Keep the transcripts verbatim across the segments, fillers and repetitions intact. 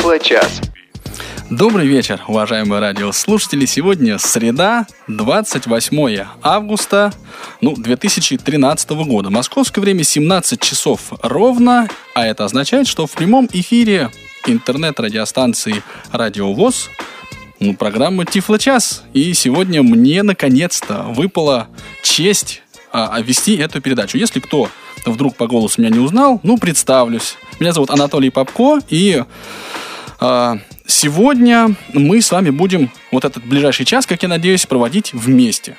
Тифло-час. Добрый вечер, уважаемые радиослушатели. Сегодня среда, двадцать восьмое августа ну, две тысячи тринадцатого года. Московское время семнадцать часов ровно, а это означает, что в прямом эфире интернет-радиостанции «Радио ВОС» ну, программа «Тифло-час». И сегодня мне, наконец-то, выпала честь а, вести эту передачу. Если кто вдруг по голосу меня не узнал, ну, представлюсь. Меня зовут Анатолий Попко, и... А, Сегодня мы с вами будем вот этот ближайший час, как я надеюсь, проводить вместе.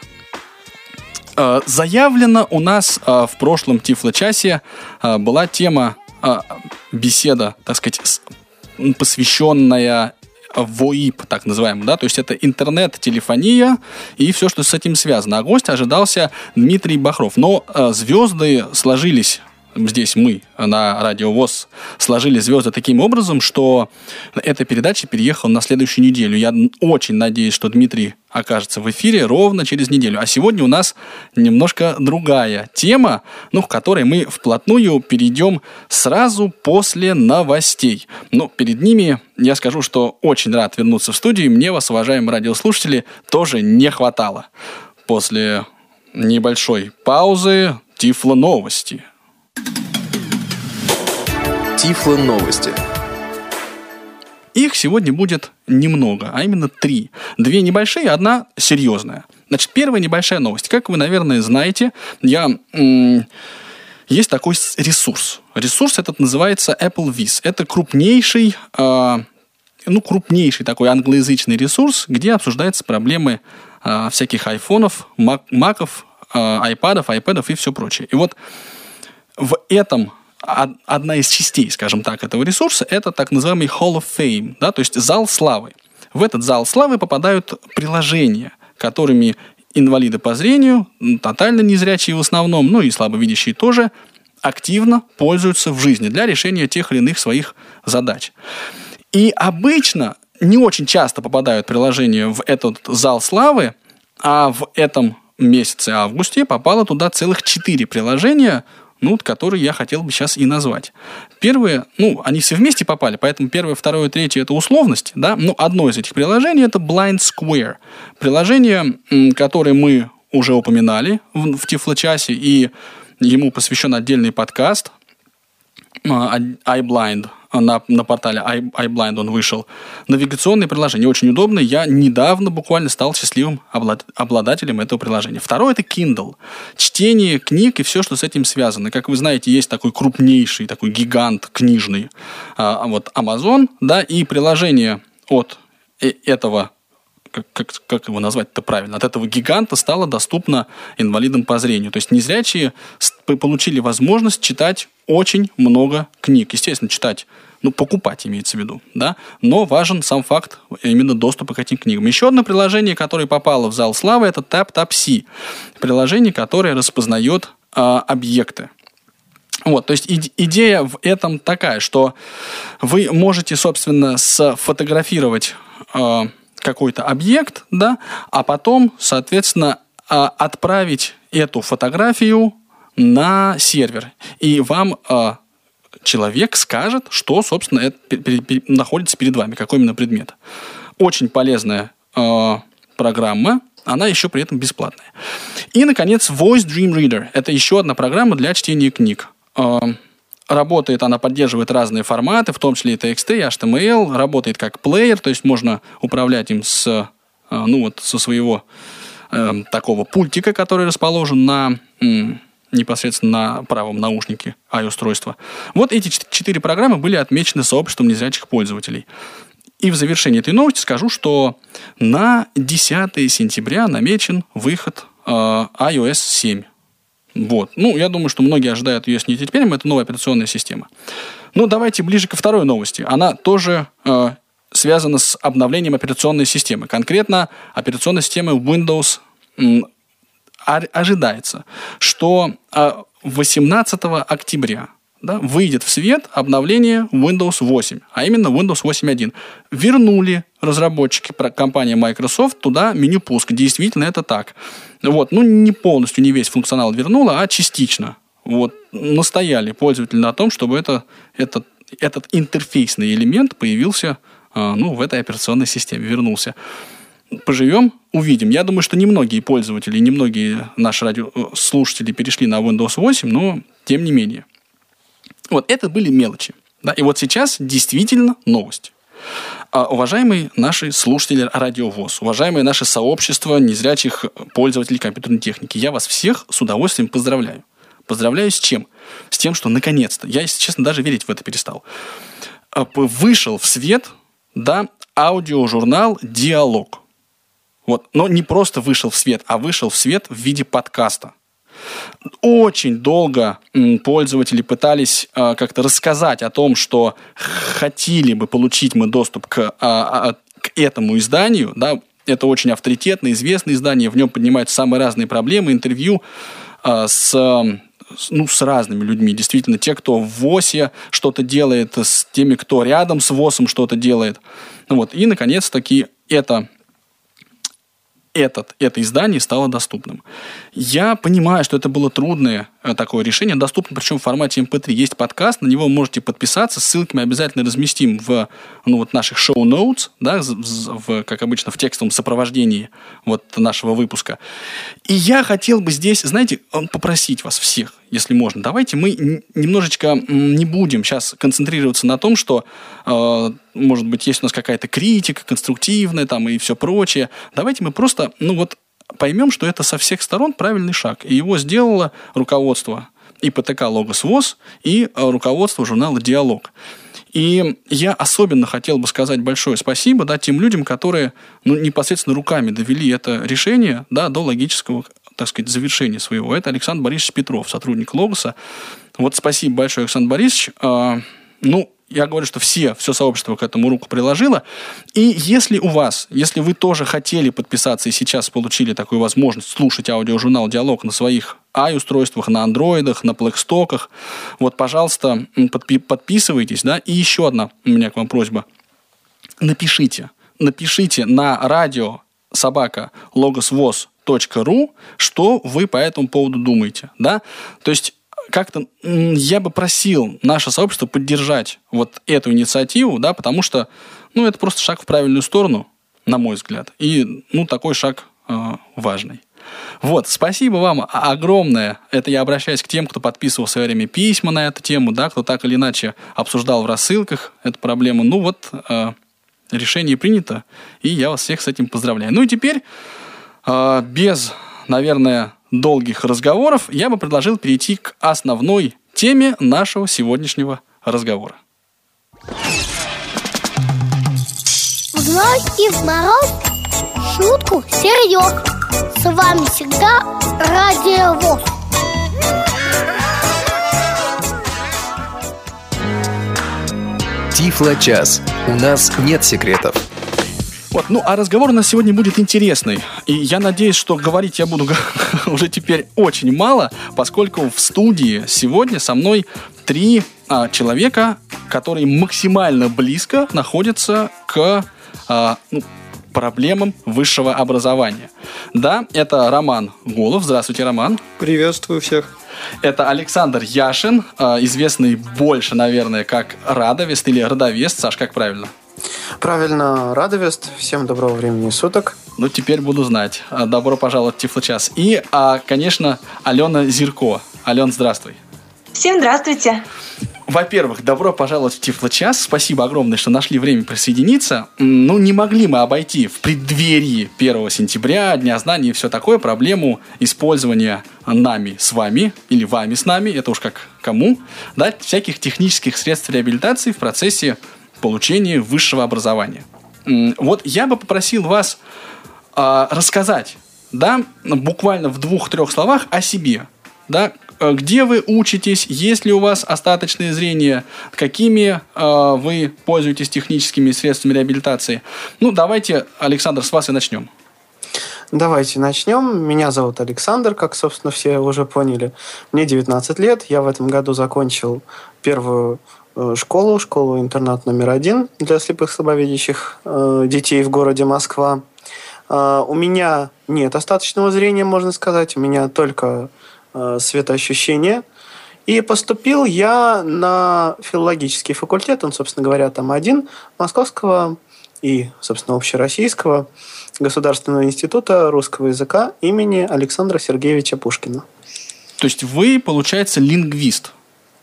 Заявлено у нас в прошлом Тифло-часе была тема беседа, так сказать, посвященная ВОИП, так называемому, да, то есть это интернет, телефония и все, что с этим связано. А гость ожидался Дмитрий Бахров. Но звезды сложились... Здесь мы на Радио ВОС сложили звезды таким образом, что эта передача переехала на следующую неделю. Я очень надеюсь, что Дмитрий окажется в эфире ровно через неделю. А сегодня у нас немножко другая тема, ну, к которой мы вплотную перейдем сразу после новостей. Но перед ними я скажу, что очень рад вернуться в студию. Мне вас, уважаемые радиослушатели, тоже не хватало. После небольшой паузы Тифло-новости. Тифло-новости. Их сегодня будет немного, а именно три. Две небольшие, одна серьезная. Значит, первая небольшая новость. Как вы, наверное, знаете, я, м- есть такой ресурс. Ресурс этот называется AppleVis. Это крупнейший, э- ну, крупнейший такой англоязычный ресурс, где обсуждаются проблемы э- всяких айфонов, мак- маков, э- айпадов, айпэдов и все прочее. И вот в этом... Одна из частей, скажем так, этого ресурса – это так называемый Hall of Fame, да, то есть зал славы. В этот зал славы попадают приложения, которыми инвалиды по зрению, тотально незрячие в основном, ну и слабовидящие тоже, активно пользуются в жизни для решения тех или иных своих задач. И обычно, не очень часто попадают приложения в этот зал славы, а в этом месяце, августе, попало туда целых четыре приложения, ну, которые я хотел бы сейчас и назвать. Первые, ну, они все вместе попали, поэтому первое, второе, третье – это условность, да. Ну, одно из этих приложений – это Blind Square. Приложение, которое мы уже упоминали в, в Тифло-часе, и ему посвящен отдельный подкаст iBlind. На, на портале iBlind он вышел. Навигационное приложение, очень удобное. Я недавно буквально стал счастливым облад, обладателем этого приложения. Второе – это Kindle. Чтение книг и все, что с этим связано. Как вы знаете, есть такой крупнейший, такой гигант книжный, а, вот Amazon, да, и приложение от этого, как, как, как его назвать-то правильно, от этого гиганта стало доступно инвалидам по зрению. То есть незрячие получили возможность читать очень много книг. Естественно, читать, ну, покупать имеется в виду, да, но важен сам факт именно доступа к этим книгам. Еще одно приложение, которое попало в зал славы, это TapTapSee. Приложение, которое распознает э, объекты. Вот, то есть и, идея в этом такая, что вы можете, собственно, сфотографировать э, какой-то объект, да, а потом, соответственно, э, отправить эту фотографию на сервер. И вам э, человек скажет, что, собственно, это пер- пер- находится перед вами, какой именно предмет. Очень полезная э, программа, она еще при этом бесплатная. И, наконец, Voice Dream Reader. Это еще одна программа для чтения книг. Э, работает, она поддерживает разные форматы, в том числе и ти экс ти, и эйч ти эм эл, работает как плеер, то есть можно управлять им с, э, ну, вот, со своего э, такого пультика, который расположен на... Э, непосредственно на правом наушнике ай-устройства. Вот эти четыре программы были отмечены сообществом незрячих пользователей. И в завершении этой новости скажу, что на десятое сентября намечен выход э, ай о эс семь. Вот. Ну, я думаю, что многие ожидают ее с нетерпением. Это новая операционная система. Но давайте ближе ко второй новости. Она тоже э, связана с обновлением операционной системы. Конкретно операционной системы Windows. М- Ожидается, что восемнадцатого октября, да, выйдет в свет обновление Windows восемь, а именно Windows восемь точка один. Вернули разработчики, компания Microsoft, туда меню пуск. Действительно, это так. Вот. Ну, не полностью, не весь функционал вернула, а частично. Вот. Настояли пользователи на том, чтобы это, этот этот интерфейсный элемент появился э, ну, в этой операционной системе, вернулся. Поживем, увидим. Я думаю, что немногие пользователи, немногие наши радиослушатели перешли на Windows восемь, но тем не менее. Вот это были мелочи. Да? И вот сейчас действительно новости. А, уважаемые наши слушатели Радио ВОС, уважаемые наши сообщества незрячих пользователей компьютерной техники, я вас всех с удовольствием поздравляю. Поздравляю с чем? С тем, что наконец-то, я, если честно, даже верить в это перестал, вышел в свет, да, аудиожурнал «Диалог». Вот. Но не просто вышел в свет, а вышел в свет в виде подкаста. Очень долго пользователи пытались а, как-то рассказать о том, что хотели бы получить мы доступ к, а, а, к этому изданию. Да? Это очень авторитетное, известное издание. В нем поднимаются самые разные проблемы. Интервью а, с, ну, с разными людьми. Действительно, те, кто в ВОСе что-то делает, с теми, кто рядом с ВОСом что-то делает. Вот. И, наконец-таки, это... Этот, это издание стало доступным. Я понимаю, что это было трудное э, такое решение, доступно причем в формате эм пэ три. Есть подкаст, на него можете подписаться, ссылки мы обязательно разместим в ну, вот наших шоу-ноутс, да, в, в, как обычно в текстовом сопровождении вот нашего выпуска. И я хотел бы здесь, знаете, попросить вас всех, если можно, давайте мы немножечко не будем сейчас концентрироваться на том, что, э, может быть, есть у нас какая-то критика конструктивная там, и все прочее. Давайте мы просто, ну вот, поймем, что это со всех сторон правильный шаг. И его сделало руководство и пэ тэ ка «Логос ВОС», и руководство журнала «Диалог». И я особенно хотел бы сказать большое спасибо, да, тем людям, которые ну, непосредственно руками довели это решение, да, до логического, так сказать, завершения своего. Это Александр Борисович Петров, сотрудник «Логоса». Вот спасибо большое, Александр Борисович. А, ну, я говорю, что все, все сообщество к этому руку приложило. И если у вас, если вы тоже хотели подписаться и сейчас получили такую возможность слушать аудиожурнал «Диалог» на своих ай-устройствах, на андроидах, на плэкстоках, вот, пожалуйста, подпи- подписывайтесь, да. И еще одна у меня к вам просьба. Напишите, напишите на радио собака логосвоз точка ру, что вы по этому поводу думаете, да. То есть как-то я бы просил наше сообщество поддержать вот эту инициативу, да, потому что, ну, это просто шаг в правильную сторону, на мой взгляд, и, ну, такой шаг э, важный. Вот, спасибо вам огромное. Это я обращаюсь к тем, кто подписывал в свое время письма на эту тему, да, кто так или иначе обсуждал в рассылках эту проблему. Ну, вот, э, решение принято, и я вас всех с этим поздравляю. Ну, и теперь, э, без, наверное, долгих разговоров, я бы предложил перейти к основной теме нашего сегодняшнего разговора. В ночь и в мороз шутку серьез. С вами всегда Радио ВОС. Тифло-час. У нас нет секретов. Вот, ну, а разговор у нас сегодня будет интересный. И я надеюсь, что говорить я буду уже теперь очень мало, поскольку в студии сегодня со мной три а, человека, которые максимально близко находятся к а, ну, проблемам высшего образования. Да, это Роман Голов. Здравствуйте, Роман. Приветствую всех. Это Александр Яшин, а, известный больше, наверное, как Радовест или Радовест. Саш, как правильно? Правильно, Радовест. Всем доброго времени суток. Ну, теперь буду знать. Добро пожаловать в Тифло-час. И, конечно, Алена Зирко. Ален, здравствуй. Всем здравствуйте. Во-первых, добро пожаловать в Тифло-час. Спасибо огромное, что нашли время присоединиться. Ну, не могли мы обойти в преддверии первого сентября, Дня знаний и все такое, проблему использования нами с вами или вами с нами, это уж как кому, да, всяких технических средств реабилитации в процессе получения высшего образования. Вот я бы попросил вас э, рассказать, да, буквально в двух-трех словах о себе, да, где вы учитесь, есть ли у вас остаточное зрение, какими э, вы пользуетесь техническими средствами реабилитации. Ну, давайте, Александр, с вас и начнем. Давайте начнем. Меня зовут Александр, как, собственно, все уже поняли. Мне девятнадцать лет. Я в этом году закончил первую школу, школу-интернат номер один для слепых слабовидящих э, детей в городе Москва. Э, у меня нет остаточного зрения, можно сказать. У меня только э, светоощущение. И поступил я на филологический факультет, он, собственно говоря, там один, Московского и, собственно, общероссийского государственного института русского языка имени Александра Сергеевича Пушкина. То есть вы, получается, лингвист?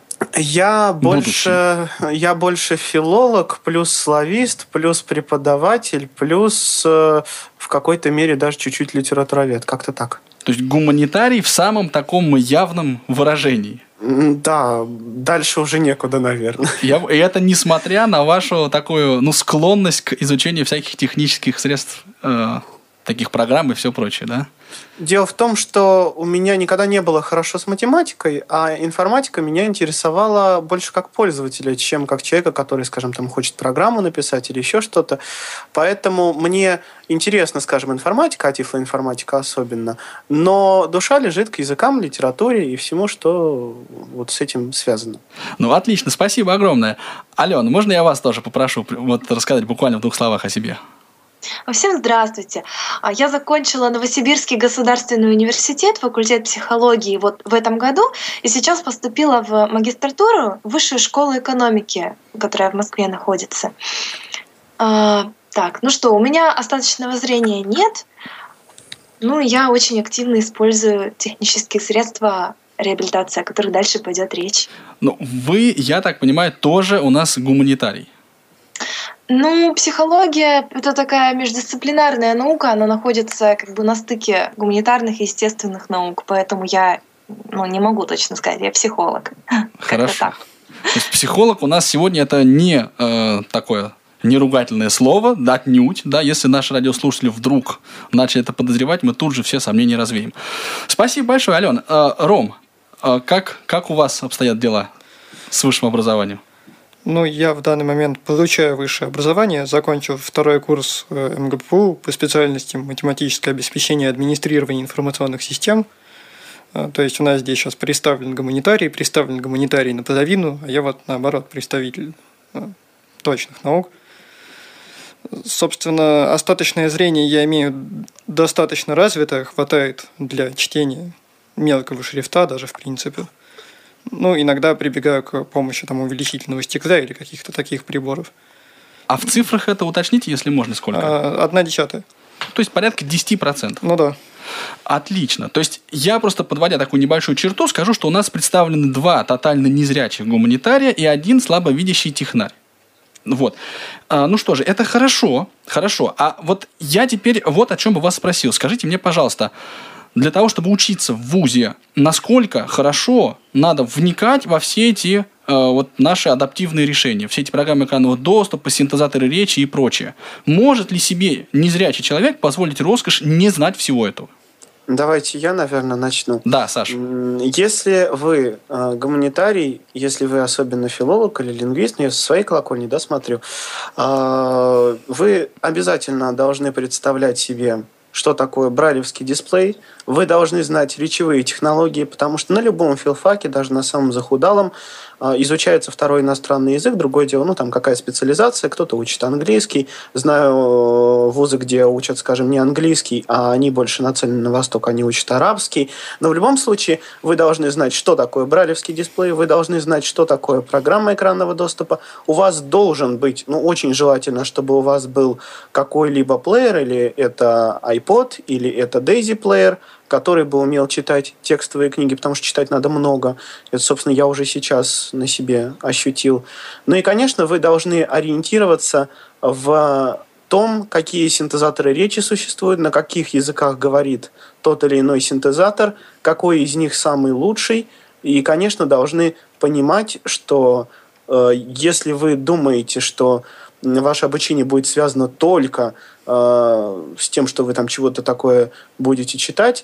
Я больше, я больше филолог, плюс славист, плюс преподаватель, плюс э, в какой-то мере даже чуть-чуть литературовед. Как-то так. То есть гуманитарий в самом таком явном выражении? Да, дальше уже некуда, наверное. Я, и это несмотря на вашу такую, ну, склонность к изучению всяких технических средств, э, таких программ и все прочее, да? Дело в том, что у меня никогда не было хорошо с математикой, а информатика меня интересовала больше как пользователя, чем как человека, который, скажем, там хочет программу написать или еще что-то. Поэтому мне интересна, скажем, информатика, а тифлоинформатика особенно, но душа лежит к языкам, литературе и всему, что вот с этим связано. Ну, отлично, спасибо огромное. Алена, можно я вас тоже попрошу вот рассказать буквально в двух словах о себе? Всем здравствуйте. Я закончила Новосибирский государственный университет, факультет психологии вот в этом году, и сейчас поступила в магистратуру в Высшую школу экономики, которая в Москве находится. А, так, ну что, у меня остаточного зрения нет, ну я очень активно использую технические средства реабилитации, о которых дальше пойдет речь. Ну, вы, я так понимаю, тоже у нас гуманитарий. Ну, психология — это такая междисциплинарная наука, она находится как бы на стыке гуманитарных и естественных наук, поэтому я ну, не могу точно сказать, я психолог. Хорошо. Так. То есть психолог у нас сегодня это не э, такое неругательное слово, да, отнюдь, да, если наши радиослушатели вдруг начали это подозревать, мы тут же все сомнения развеем. Спасибо большое, Алена. Э, Ром, э, как, как у вас обстоят дела с высшим образованием? Ну, я в данный момент получаю высшее образование, закончил второй курс эм гэ пэ у по специальности математическое обеспечение и администрирование информационных систем. То есть у нас здесь сейчас представлен гуманитарий, представлен гуманитарий наполовину, а я вот наоборот представитель точных наук. Собственно, остаточное зрение я имею достаточно развитое, хватает для чтения мелкого шрифта даже в принципе. Ну, иногда прибегаю к помощи там, увеличительного стекла или каких-то таких приборов. А в цифрах это уточните, если можно, сколько? А, одна десятая. То есть порядка десять процентов. Ну да. Отлично. То есть я просто, подводя такую небольшую черту, скажу, что у нас представлены два тотально незрячих гуманитария и один слабовидящий технарь. Вот. А, ну что же, это хорошо, хорошо. А вот я теперь вот о чем бы вас спросил. Скажите мне, пожалуйста, для того, чтобы учиться в вузе, насколько хорошо надо вникать во все эти э, вот наши адаптивные решения, все эти программы экранного доступа, синтезаторы речи и прочее. Может ли себе незрячий человек позволить роскошь не знать всего этого? Давайте я, наверное, начну. Да, Саша. Если вы э, гуманитарий, если вы особенно филолог или лингвист, ну, я со своей колокольни, да, смотрю, э, вы обязательно должны представлять себе, что такое брайлевский дисплей. Вы должны знать речевые технологии, потому что на любом филфаке, даже на самом захудалом, изучается второй иностранный язык. Другое дело, ну, там какая специализация, кто-то учит английский. Знаю вузы, где учат, скажем, не английский, а они больше нацелены на восток, они учат арабский. Но в любом случае вы должны знать, что такое брайлевский дисплей, вы должны знать, что такое программа экранного доступа. У вас должен быть, ну, очень желательно, чтобы у вас был какой-либо плеер, или это iPod, или это Daisy плеер, который бы умел читать текстовые книги, потому что читать надо много. Это, собственно, я уже сейчас на себе ощутил. Ну и, конечно, вы должны ориентироваться в том, какие синтезаторы речи существуют, на каких языках говорит тот или иной синтезатор, какой из них самый лучший. И, конечно, должны понимать, что э, если вы думаете, что ваше обучение будет связано только э, с тем, что вы там чего-то такое будете читать,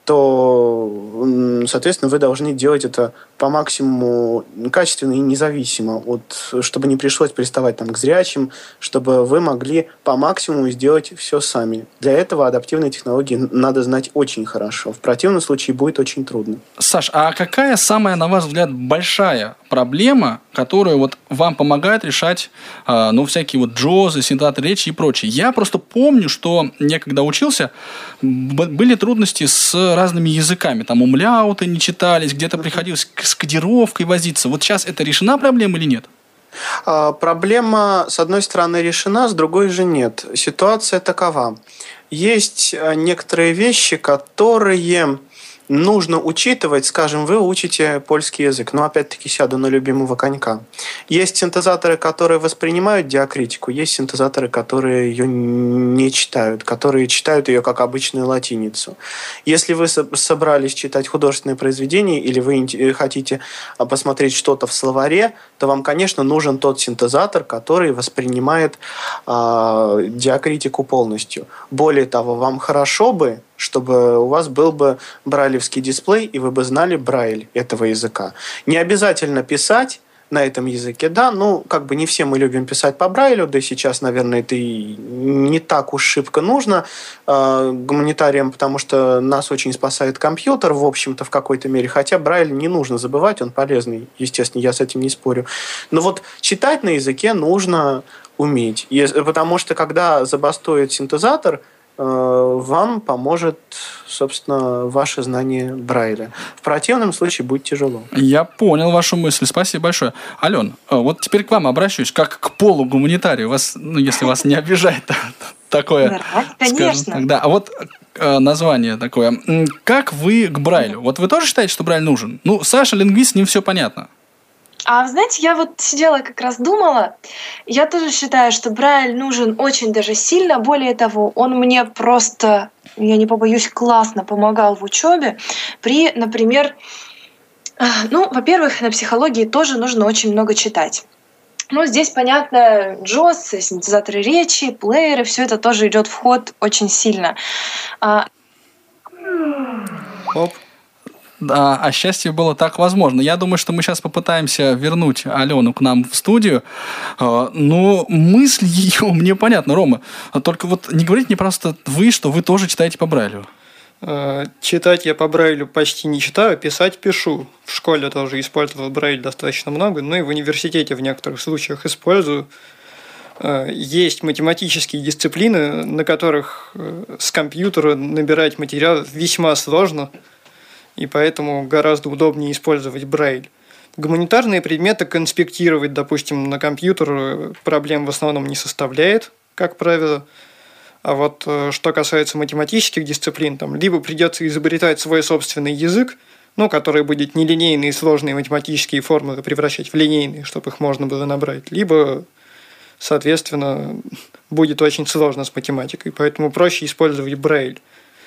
то, соответственно, вы должны делать это по максимуму качественно и независимо, от, чтобы не пришлось приставать там, к зрячим, чтобы вы могли по максимуму сделать все сами. Для этого адаптивные технологии надо знать очень хорошо. В противном случае будет очень трудно. Саш, а какая самая, на ваш взгляд, большая проблема, которую вот вам помогает решать, э, ну, всякие вот джозы, синтезаторы речи и прочее. Я просто помню, что я когда учился, б- были трудности с разными языками. Там умляуты не читались, где-то приходилось с кодировкой возиться. Вот сейчас это решена проблема или нет? А, Проблема, с одной стороны, решена, с другой же нет. Ситуация такова. Есть а, некоторые вещи, которые нужно учитывать. Скажем, вы учите польский язык, но опять-таки сяду на любимого конька. Есть синтезаторы, которые воспринимают диакритику, есть синтезаторы, которые ее не читают, которые читают ее как обычную латиницу. Если вы собрались читать художественное произведение или вы хотите посмотреть что-то в словаре, то вам, конечно, нужен тот синтезатор, который воспринимает э, диакритику полностью. Более того, вам хорошо бы, чтобы у вас был бы брайлевский дисплей, и вы бы знали брайль этого языка. Не обязательно писать на этом языке, да, ну, как бы не все мы любим писать по брайлю, да и сейчас, наверное, это и не так уж шибко нужно э, гуманитариям, потому что нас очень спасает компьютер, в общем-то, в какой-то мере, хотя брайль не нужно забывать, он полезный, естественно, я с этим не спорю. Но вот читать на языке нужно уметь, потому что когда забастует синтезатор, вам поможет, собственно, ваше знание Брайля. В противном случае будет тяжело. Я понял вашу мысль. Спасибо большое. Ален, вот теперь к вам обращусь, как к полугуманитарию. Вас, ну, если вас не обижает такое, скажем так. Да. А вот название такое. Как вы к Брайлю? Вот вы тоже считаете, что Брайль нужен? Ну, Саша лингвист, с ним все понятно. А вы знаете, я вот сидела как раз думала, я тоже считаю, что Брайль нужен очень даже сильно. Более того, он мне просто, я не побоюсь, классно помогал в учебе при, например, ну, во-первых, на психологии тоже нужно очень много читать. Ну, здесь, понятно, джоз, синтезаторы речи, плееры, все это тоже идет в ход очень сильно. Оп. Да, а счастье было так возможно. Я думаю, что мы сейчас попытаемся вернуть Алену к нам в студию. Но мысль ее мне понятна, Рома. Только вот не говорите мне просто вы, что вы тоже читаете по Брайлю. Читать я по Брайлю почти не читаю, писать пишу. В школе тоже использовал Брайль достаточно много, ну и в университете в некоторых случаях использую. Есть математические дисциплины, на которых с компьютера набирать материал весьма сложно. И поэтому гораздо удобнее использовать Брайль. Гуманитарные предметы конспектировать, допустим, на компьютер проблем в основном не составляет, как правило. А вот что касается математических дисциплин, там либо придется изобретать свой собственный язык, ну, который будет нелинейные сложные математические формулы превращать в линейные, чтобы их можно было набрать, либо, соответственно, будет очень сложно с математикой, поэтому проще использовать Брайль.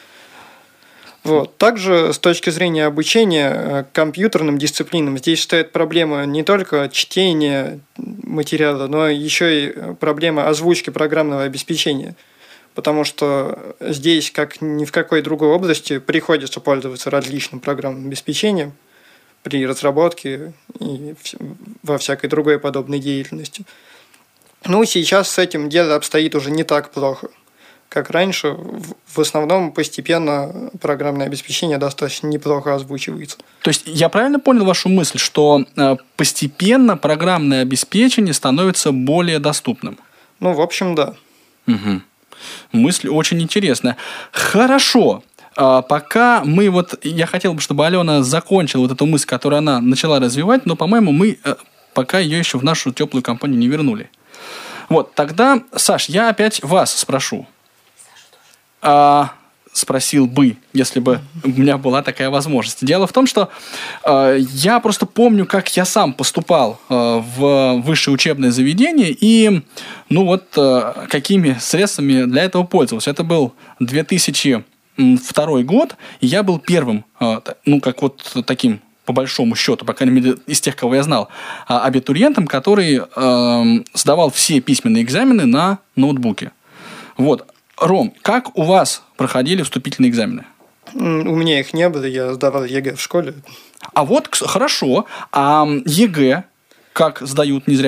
Вот. Также с точки зрения обучения компьютерным дисциплинам здесь стоит проблема не только чтения материала, но еще и проблема озвучки программного обеспечения. Потому что здесь, как ни в какой другой области, приходится пользоваться различным программным обеспечением при разработке и во всякой другой подобной деятельности. Ну, сейчас с этим дело обстоит уже не так плохо, как раньше. В основном постепенно программное обеспечение достаточно неплохо озвучивается. То есть я правильно понял вашу мысль, что постепенно программное обеспечение становится более доступным? Ну, в общем, да. Угу. Мысль очень интересная. Хорошо. А пока мы вот... Я хотел бы, чтобы Алена закончила вот эту мысль, которую она начала развивать, но, по-моему, мы пока ее еще в нашу теплую компанию не вернули. Вот, тогда, Саш, я опять вас спрошу. А, спросил бы, если бы у меня была такая возможность. Дело в том, что а, я просто помню, как я сам поступал а, в высшее учебное заведение и, ну вот, а, какими средствами для этого пользовался. Это был две тысячи второй год, и я был первым, а, ну, как вот таким, по большому счету, по крайней мере, из тех, кого я знал, абитуриентом, который а, сдавал все письменные экзамены на ноутбуке. Вот. Ром, как у вас проходили вступительные экзамены? У меня их не было, я сдавал ЕГЭ в школе. А вот, хорошо. А ЕГЭ как сдают незрячие?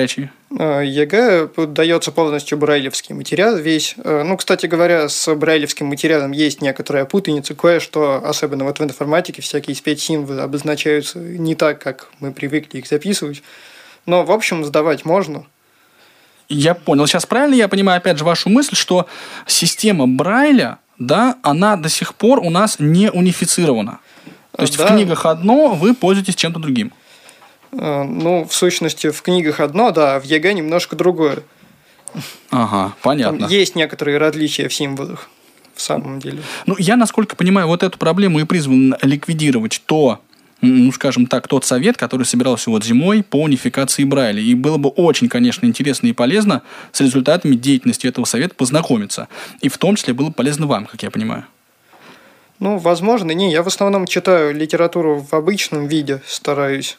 ЕГЭ дается полностью брайлевский материал весь. Ну, кстати говоря, с брайлевским материалом есть некоторая путаница. Кое-что, особенно вот в информатике, всякие спецсимволы обозначаются не так, как мы привыкли их записывать. Но, в общем, сдавать можно. Я понял. Сейчас правильно я понимаю, опять же, вашу мысль, что система Брайля, да, она до сих пор у нас не унифицирована. То есть да. В книгах одно, вы пользуетесь чем-то другим. Ну, в сущности, в книгах одно, да, а в ЕГЭ немножко другое. Ага, понятно. Там есть некоторые различия в символах, в самом деле. Ну, я, насколько понимаю, вот эту проблему и призван ликвидировать то, ну, скажем так, тот совет, который собирался вот зимой по унификации Брайля. И было бы очень, конечно, интересно и полезно с результатами деятельности этого совета познакомиться. И в том числе было бы полезно вам, как я понимаю. Ну, возможно, не. Я в основном читаю литературу в обычном виде, стараюсь.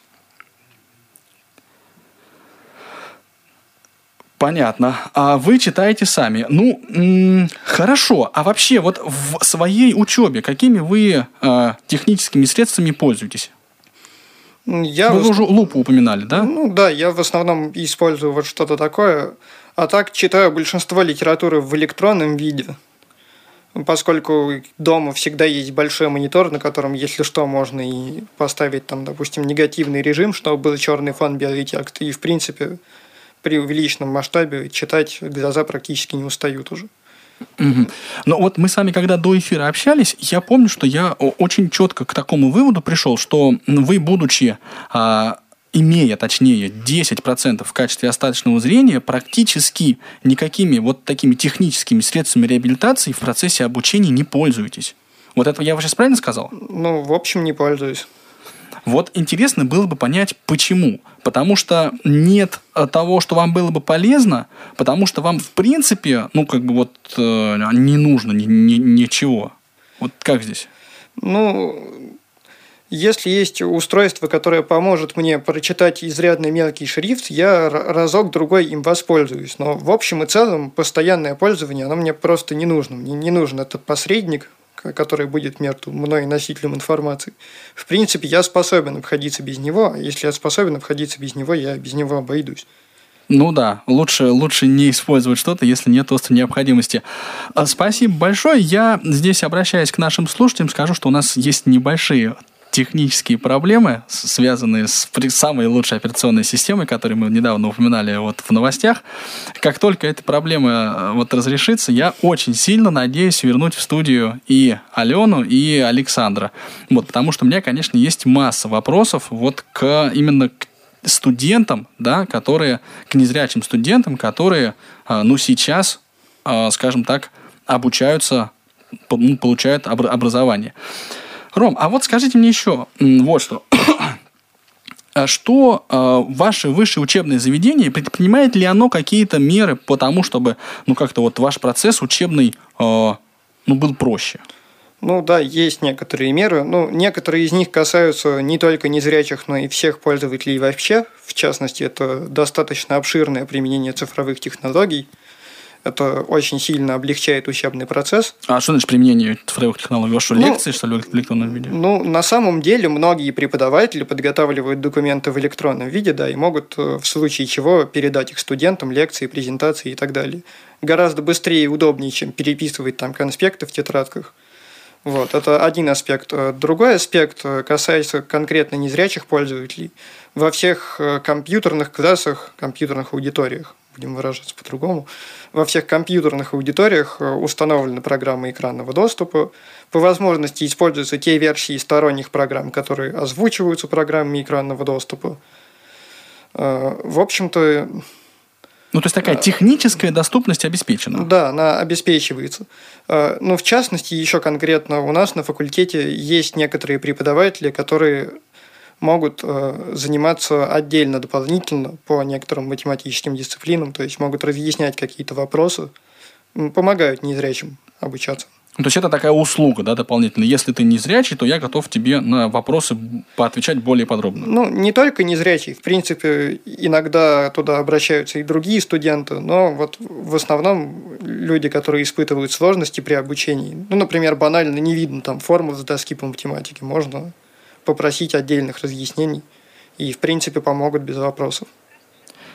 Понятно. А вы читаете сами. Ну, м- хорошо. А вообще, вот в своей учебе какими вы э, техническими средствами пользуетесь? Я вы в... уже лупу упоминали, да? Ну, да, я в основном использую вот что-то такое. А так читаю большинство литературы в электронном виде. Поскольку дома всегда есть большой монитор, на котором, если что, можно и поставить там, допустим, негативный режим, чтобы был черный фон, белый текст. И, в принципе, при увеличенном масштабе читать глаза практически не устают уже. Угу. Но вот мы с вами, когда до эфира общались, я помню, что я очень четко к такому выводу пришел, что вы, будучи, а, имея, точнее, десять процентов в качестве остаточного зрения, практически никакими вот такими техническими средствами реабилитации в процессе обучения не пользуетесь. Вот это я сейчас правильно сказал? Ну, в общем, не пользуюсь. Вот интересно было бы понять, почему. Потому что нет того, что вам было бы полезно, потому что вам, в принципе, ну, как бы вот э, не нужно ни, ни, ничего. Вот как здесь? Ну, если есть устройство, которое поможет мне прочитать изрядно мелкий шрифт, я разок-другой им воспользуюсь. Но в общем и целом постоянное пользование, оно мне просто не нужно. Мне не нужен этот посредник, который будет между мной и носителем информации. В принципе, я способен обходиться без него, а если я способен обходиться без него, я без него обойдусь. Ну да, лучше, лучше не использовать что-то, если нет острой необходимости. Спасибо большое. Я здесь, обращаясь к нашим слушателям, скажу, что у нас есть небольшие технические проблемы, связанные с самой лучшей операционной системой, которую мы недавно упоминали вот в новостях. Как только эта проблема вот разрешится, я очень сильно надеюсь вернуть в студию и Алену, и Александра. Вот, потому что у меня, конечно, есть масса вопросов вот к, именно к студентам, да, которые, к незрячим студентам, которые, ну, сейчас, скажем так, обучаются, получают образование. Ром, а вот скажите мне еще вот что. Что э, ваше высшее учебное заведение, предпринимает ли оно какие-то меры по тому, чтобы, ну, как-то вот ваш процесс учебный, э, ну, был проще? Ну да, есть некоторые меры. Ну, некоторые из них касаются не только незрячих, но и всех пользователей вообще. В частности, это достаточно обширное применение цифровых технологий. Это очень сильно облегчает учебный процесс. А что значит применение цифровых технологий? У вас что, ну, лекции, что ли, в электронном виде? Ну, на самом деле, многие преподаватели подготавливают документы в электронном виде, да, и могут в случае чего передать их студентам, лекции, презентации и так далее. Гораздо быстрее и удобнее, чем переписывать там конспекты в тетрадках. Вот, это один аспект. Другой аспект касается конкретно незрячих пользователей. Во всех компьютерных классах, компьютерных аудиториях, будем выражаться по-другому, во всех компьютерных аудиториях установлены программы экранного доступа. По возможности используются те версии сторонних программ, которые озвучиваются программами экранного доступа. В общем-то... Ну, то есть такая техническая доступность обеспечена? Да, она обеспечивается. Ну, в частности, еще конкретно у нас на факультете есть некоторые преподаватели, которые могут э, заниматься отдельно, дополнительно по некоторым математическим дисциплинам, то есть могут разъяснять какие-то вопросы, помогают незрячим обучаться. То есть это такая услуга, да, дополнительная. Если ты незрячий, то я готов тебе на вопросы поотвечать более подробно. Ну, не только незрячий. В принципе, иногда туда обращаются и другие студенты, но вот в основном люди, которые испытывают сложности при обучении, ну, например, банально не видно там формул с доски по математике, можно попросить отдельных разъяснений и, в принципе, помогут без вопросов.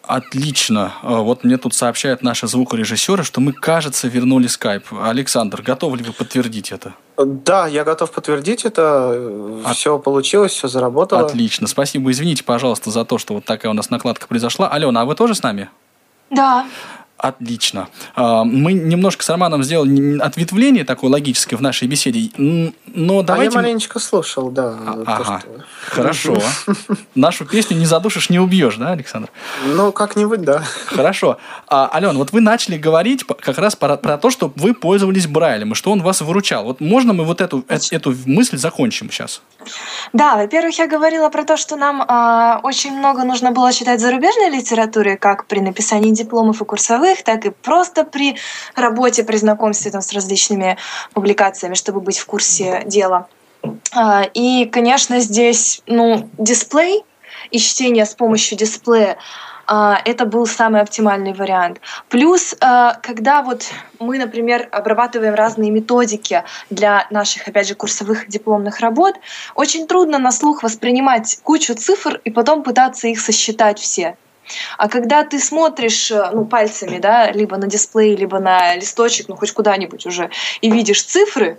Отлично. Вот мне тут сообщают наши звукорежиссеры, что мы, кажется, вернули скайп. Александр, готовы ли вы подтвердить это? Да, я готов подтвердить это. От... Все получилось, все заработало. Отлично. Спасибо. Извините, пожалуйста, за то, что вот такая у нас накладка произошла. Алена, а вы тоже с нами? Да. Отлично. Мы немножко с Романом сделали ответвление такое логическое в нашей беседе, но давайте... А я маленечко слушал, да. Ага, то, что... хорошо. Нашу песню «Не задушишь, не убьешь», да, Александр? Ну, как-нибудь, да. Хорошо. А, Алена, вот вы начали говорить как раз про, про то, что вы пользовались Брайлем, и что он вас выручал. Вот можно мы вот эту, эту мысль закончим сейчас? Да, во-первых, я говорила про то, что нам э, очень много нужно было читать зарубежной литературы, как при написании дипломов и курсовых, так и просто при работе, при знакомстве там, с различными публикациями, чтобы быть в курсе дела. Э, и, конечно, здесь ну, дисплей и чтение с помощью дисплея это был самый оптимальный вариант. Плюс, когда вот мы, например, обрабатываем разные методики для наших, опять же, курсовых дипломных работ, очень трудно на слух воспринимать кучу цифр и потом пытаться их сосчитать все. А когда ты смотришь ну, пальцами, да, либо на дисплей, либо на листочек, ну хоть куда-нибудь уже, и видишь цифры,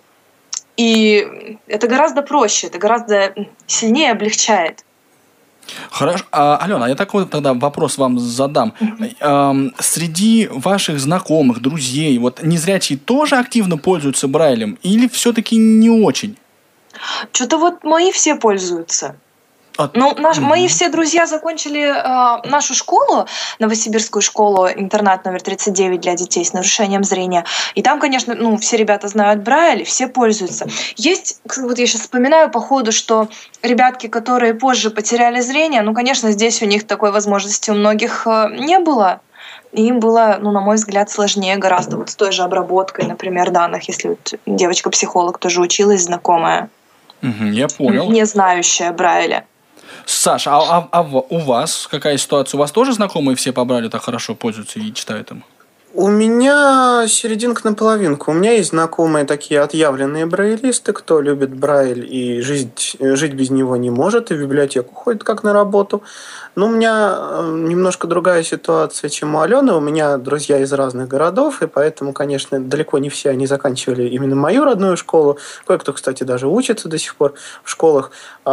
и это гораздо проще, это гораздо сильнее облегчает. Хорошо. А, Алена, я такой тогда вопрос вам задам. Mm-hmm. Среди ваших знакомых, друзей, вот незрячие тоже активно пользуются Брайлем или все-таки не очень? Что-то вот мои все пользуются. От... Ну, наш, mm-hmm. мои все друзья закончили э, нашу школу, Новосибирскую школу, интернат номер тридцать девять для детей с нарушением зрения. И там, конечно, ну, все ребята знают Брайль, все пользуются. Есть, вот я сейчас вспоминаю по ходу, что ребятки, которые позже потеряли зрение, ну, конечно, здесь у них такой возможности у многих э, не было. И им было, ну, на мой взгляд, сложнее гораздо вот с той же обработкой, например, данных, если вот девочка-психолог тоже училась, знакомая. Mm-hmm, я понял. Не знающая Брайля. Саша, а, а, а у вас какая ситуация? У вас тоже знакомые все по Брайлю так хорошо пользуются и читают им? У меня серединка на половинку. У меня есть знакомые такие отъявленные брайлисты, кто любит Брайль и жить, жить без него не может, и в библиотеку ходит как на работу. Но у меня немножко другая ситуация, чем у Алены. У меня друзья из разных городов, и поэтому, конечно, далеко не все они заканчивали именно мою родную школу. Кое-кто, кстати, даже учится до сих пор в школах.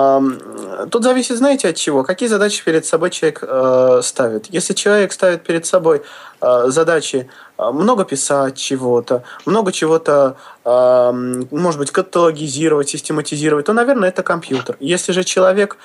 Тут зависит, знаете, от чего? Какие задачи перед собой человек ставит. Если человек ставит перед собой задачи много писать чего-то, много чего-то, может быть, каталогизировать, систематизировать, то, наверное, это компьютер. Если же человек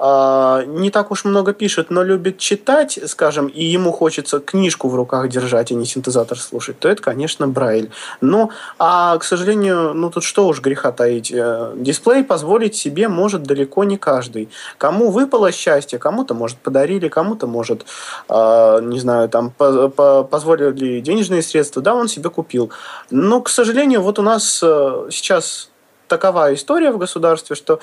не так уж много пишет, но любит читать, скажем, и ему хочется книжку в руках держать, а не синтезатор слушать, то это, конечно, Брайль. Но, а, к сожалению, ну тут что уж греха таить, дисплей позволить себе может далеко не каждый. Кому выпало счастье, кому-то, может, подарили, кому-то, может, не знаю, там, позволили денежные средства, да, он себе купил. Но, к сожалению, вот у нас сейчас такова история в государстве, что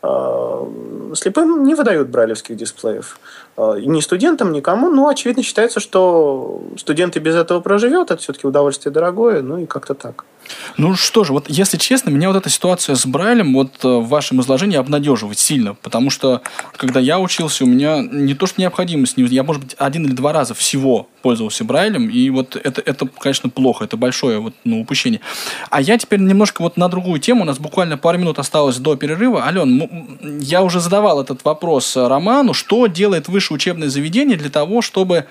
э, слепым не выдают брайлевских дисплеев. Э, ни студентам, никому. Но, очевидно, считается, что студент и без этого проживет. Это все-таки удовольствие дорогое. Ну и как-то так. Ну что же, вот если честно, меня вот эта ситуация с Брайлем вот в вашем изложении обнадеживает сильно, потому что когда я учился, у меня не то что необходимость, я, может быть, один или два раза всего пользовался Брайлем, и вот это, это конечно, плохо, это большое вот, ну, упущение. А я теперь немножко вот на другую тему, у нас буквально пару минут осталось до перерыва. Ален, я уже задавал этот вопрос Роману, что делает высшее учебное заведение для того, чтобы...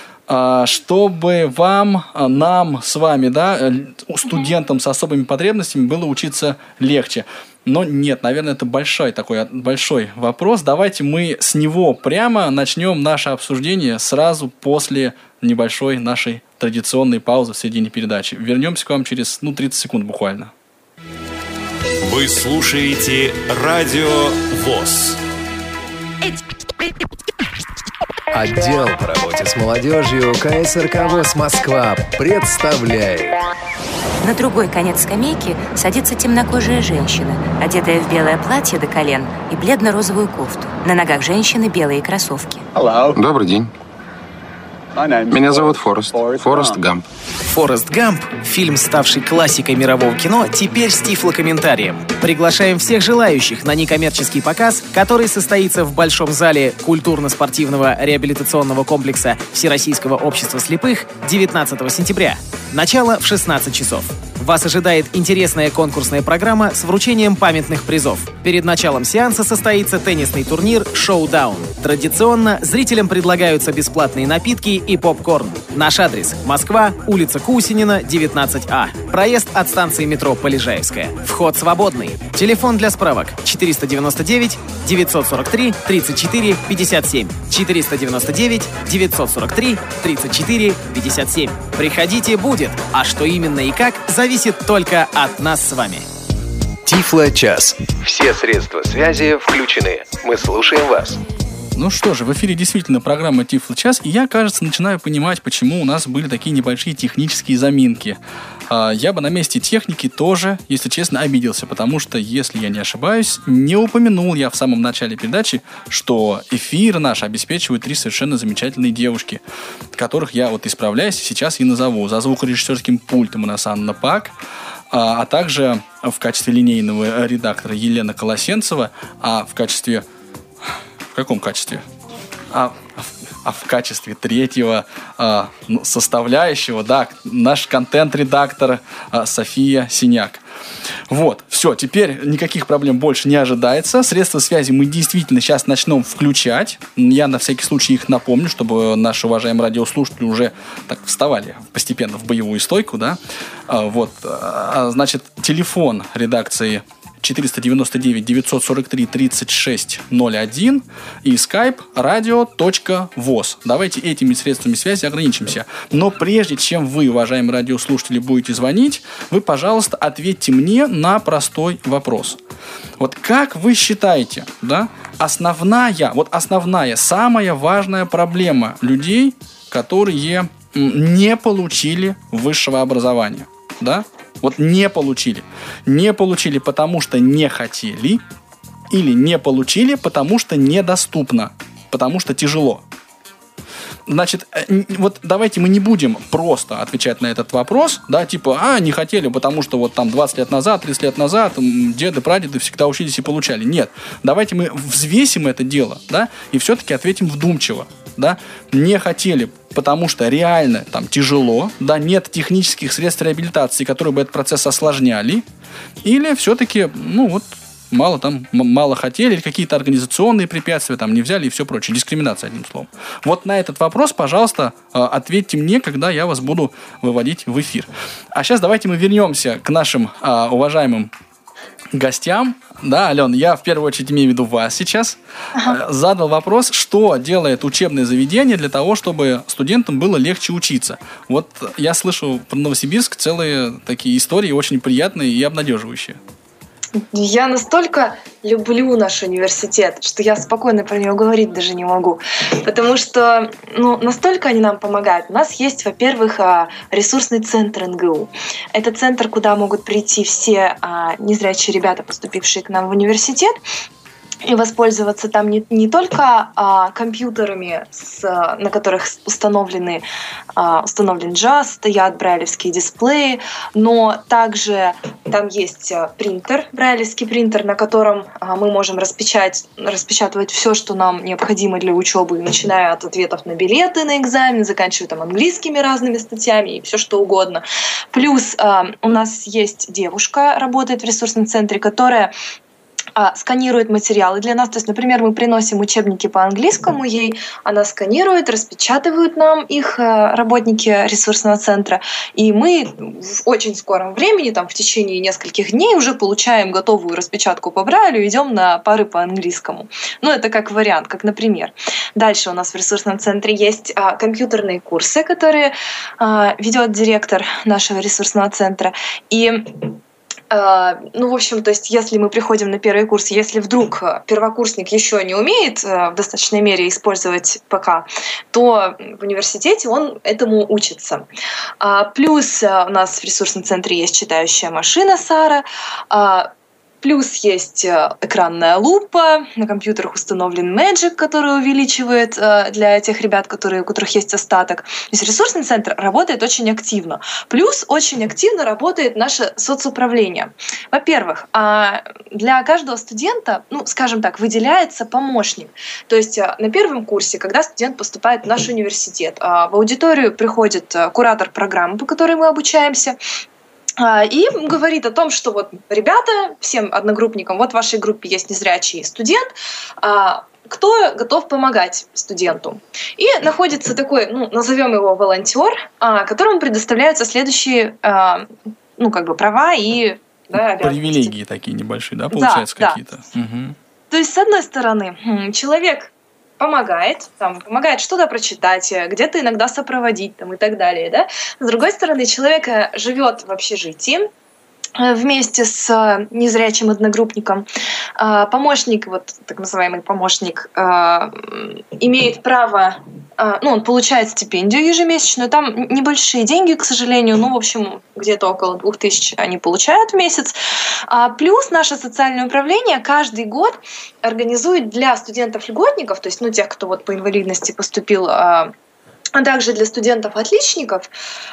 чтобы вам, нам с вами, да, студентам с особыми потребностями было учиться легче. Но нет, наверное, это большой такой большой вопрос. Давайте мы с него прямо начнем наше обсуждение сразу после небольшой нашей традиционной паузы в середине передачи. Вернемся к вам через ну, тридцать секунд буквально. Вы слушаете Радио ВОС. Отдел по работе с молодежью ка эс эр ка ВОС Москва представляет. На другой конец скамейки садится темнокожая женщина, одетая в белое платье до колен и бледно-розовую кофту. На ногах женщины белые кроссовки. Добрый день. Меня зовут Форест. Форест Гамп. «Форест Гамп», фильм, ставший классикой мирового кино, теперь с тифлокомментарием. Приглашаем всех желающих на некоммерческий показ, который состоится в Большом зале культурно-спортивного реабилитационного комплекса Всероссийского общества слепых девятнадцатого сентября. Начало в шестнадцать часов. Вас ожидает интересная конкурсная программа с вручением памятных призов. Перед началом сеанса состоится теннисный турнир «Шоудаун». Традиционно зрителям предлагаются бесплатные напитки и попкорн. Наш адрес – Москва, улица Кусинина, девятнадцать А. Проезд от станции метро Полежаевская. Вход свободный. Телефон для справок четыреста девяносто девять девятьсот сорок три тридцать четыре пятьдесят семь. четыреста девяносто девять девятьсот сорок три тридцать четыре пятьдесят семь. Приходите, будет. А что именно и как, зависит только от нас с вами. Тифло-час. Все средства связи включены. Мы слушаем вас. Ну что же, в эфире действительно программа Тифло-час, и я, кажется, начинаю понимать, почему у нас были такие небольшие технические заминки. Я бы на месте техники тоже, если честно, обиделся, потому что, если я не ошибаюсь, не упомянул я в самом начале передачи, что эфир наш обеспечивают три совершенно замечательные девушки, которых я вот исправляюсь сейчас и назову. За звукорежиссерским пультом у нас Анна Пак, а также в качестве линейного редактора Елена Колосенцева, а в качестве... В каком качестве? А, а в качестве третьего а, ну, составляющего, да, наш контент-редактор а, София Синяк. Вот, все, теперь никаких проблем больше не ожидается. Средства связи мы действительно сейчас начнем включать. Я на всякий случай их напомню, чтобы наши уважаемые радиослушатели уже так вставали постепенно в боевую стойку, да. А, вот, а, значит, телефон редакции четыреста девяносто девять девятьсот сорок три тридцать шесть ноль один и skype radio точка voz. Давайте этими средствами связи ограничимся. Но прежде чем вы, уважаемые радиослушатели, будете звонить, вы, пожалуйста, ответьте мне на простой вопрос. Вот как вы считаете, да, основная, вот основная, самая важная проблема людей, которые не получили высшего образования, да? Вот не получили. Не получили, потому что не хотели, или не получили, потому что недоступно, потому что тяжело. Значит, вот давайте мы не будем просто отвечать на этот вопрос, да, типа, а, не хотели, потому что вот там двадцать лет назад, тридцать лет назад деды, прадеды всегда учились и получали. Нет, давайте мы взвесим это дело, да, и все-таки ответим вдумчиво, да, не хотели, потому что реально там тяжело, да, нет технических средств реабилитации, которые бы этот процесс осложняли, или все-таки, ну вот, мало там, мало хотели, или какие-то организационные препятствия там не взяли и все прочее. Дискриминация, одним словом. Вот на этот вопрос, пожалуйста, ответьте мне, когда я вас буду выводить в эфир. А сейчас давайте мы вернемся к нашим а, уважаемым гостям. Да, Ален, я в первую очередь имею в виду вас сейчас. Ага. Задал вопрос, что делает учебное заведение для того, чтобы студентам было легче учиться. Вот я слышу про Новосибирск целые такие истории, очень приятные и обнадеживающие. Я настолько люблю наш университет, что я спокойно про него говорить даже не могу. Потому что ну, настолько они нам помогают. У нас есть, во-первых, ресурсный центр эн гэ у. Это центр, куда могут прийти все незрячие ребята, поступившие к нам в университет, и воспользоваться там не, не только а, компьютерами, с, на которых установлены, а, установлен джаз, стоят брайлевские дисплеи, но также там есть принтер, брайлевский принтер, на котором а, мы можем распечатать, распечатывать все, что нам необходимо для учебы, начиная от ответов на билеты на экзамен, заканчивая там английскими разными статьями и все что угодно. Плюс а, у нас есть девушка, работает в ресурсном центре, которая сканирует материалы для нас. То есть, например, мы приносим учебники по английскому ей, она сканирует, распечатывают нам их работники ресурсного центра, и мы в очень скором времени, там, в течение нескольких дней уже получаем готовую распечатку по Брайлю и идем на пары по английскому. Ну, это как вариант, как например. Дальше у нас в ресурсном центре есть а, компьютерные курсы, которые а, ведет директор нашего ресурсного центра. И ну, в общем, то есть, если мы приходим на первый курс, если вдруг первокурсник еще не умеет в достаточной мере использовать ПК, то в университете он этому учится. Плюс у нас в ресурсном центре есть читающая машина Сара. Плюс есть экранная лупа, на компьютерах установлен Magic, который увеличивает для тех ребят, которые, у которых есть остаток. То есть ресурсный центр работает очень активно. Плюс очень активно работает наше соцуправление. Во-первых, для каждого студента, ну, скажем так, выделяется помощник. То есть на первом курсе, когда студент поступает в наш университет, в аудиторию приходит куратор программы, по которой мы обучаемся, и говорит о том, что вот, ребята, всем одногруппникам, вот в вашей группе есть незрячий студент, кто готов помогать студенту. И находится такой, ну, назовем его волонтер, которому предоставляются следующие, ну, как бы права и, да, привилегии такие небольшие, да, получается, да, какие-то. Да. Угу. То есть, с одной стороны, человек помогает, там, помогает что-то прочитать, где-то иногда сопроводить там, и так далее. Да? С другой стороны, человек живет в общежитии вместе с незрячим одногруппником. Помощник, вот так называемый помощник, имеет право, ну, он получает стипендию ежемесячную, там небольшие деньги, к сожалению, ну, в общем, где-то около двух тысяч они получают в месяц. Плюс наше социальное управление каждый год организует для студентов-льготников, то есть, ну, тех, кто вот по инвалидности поступил, а также для студентов-отличников,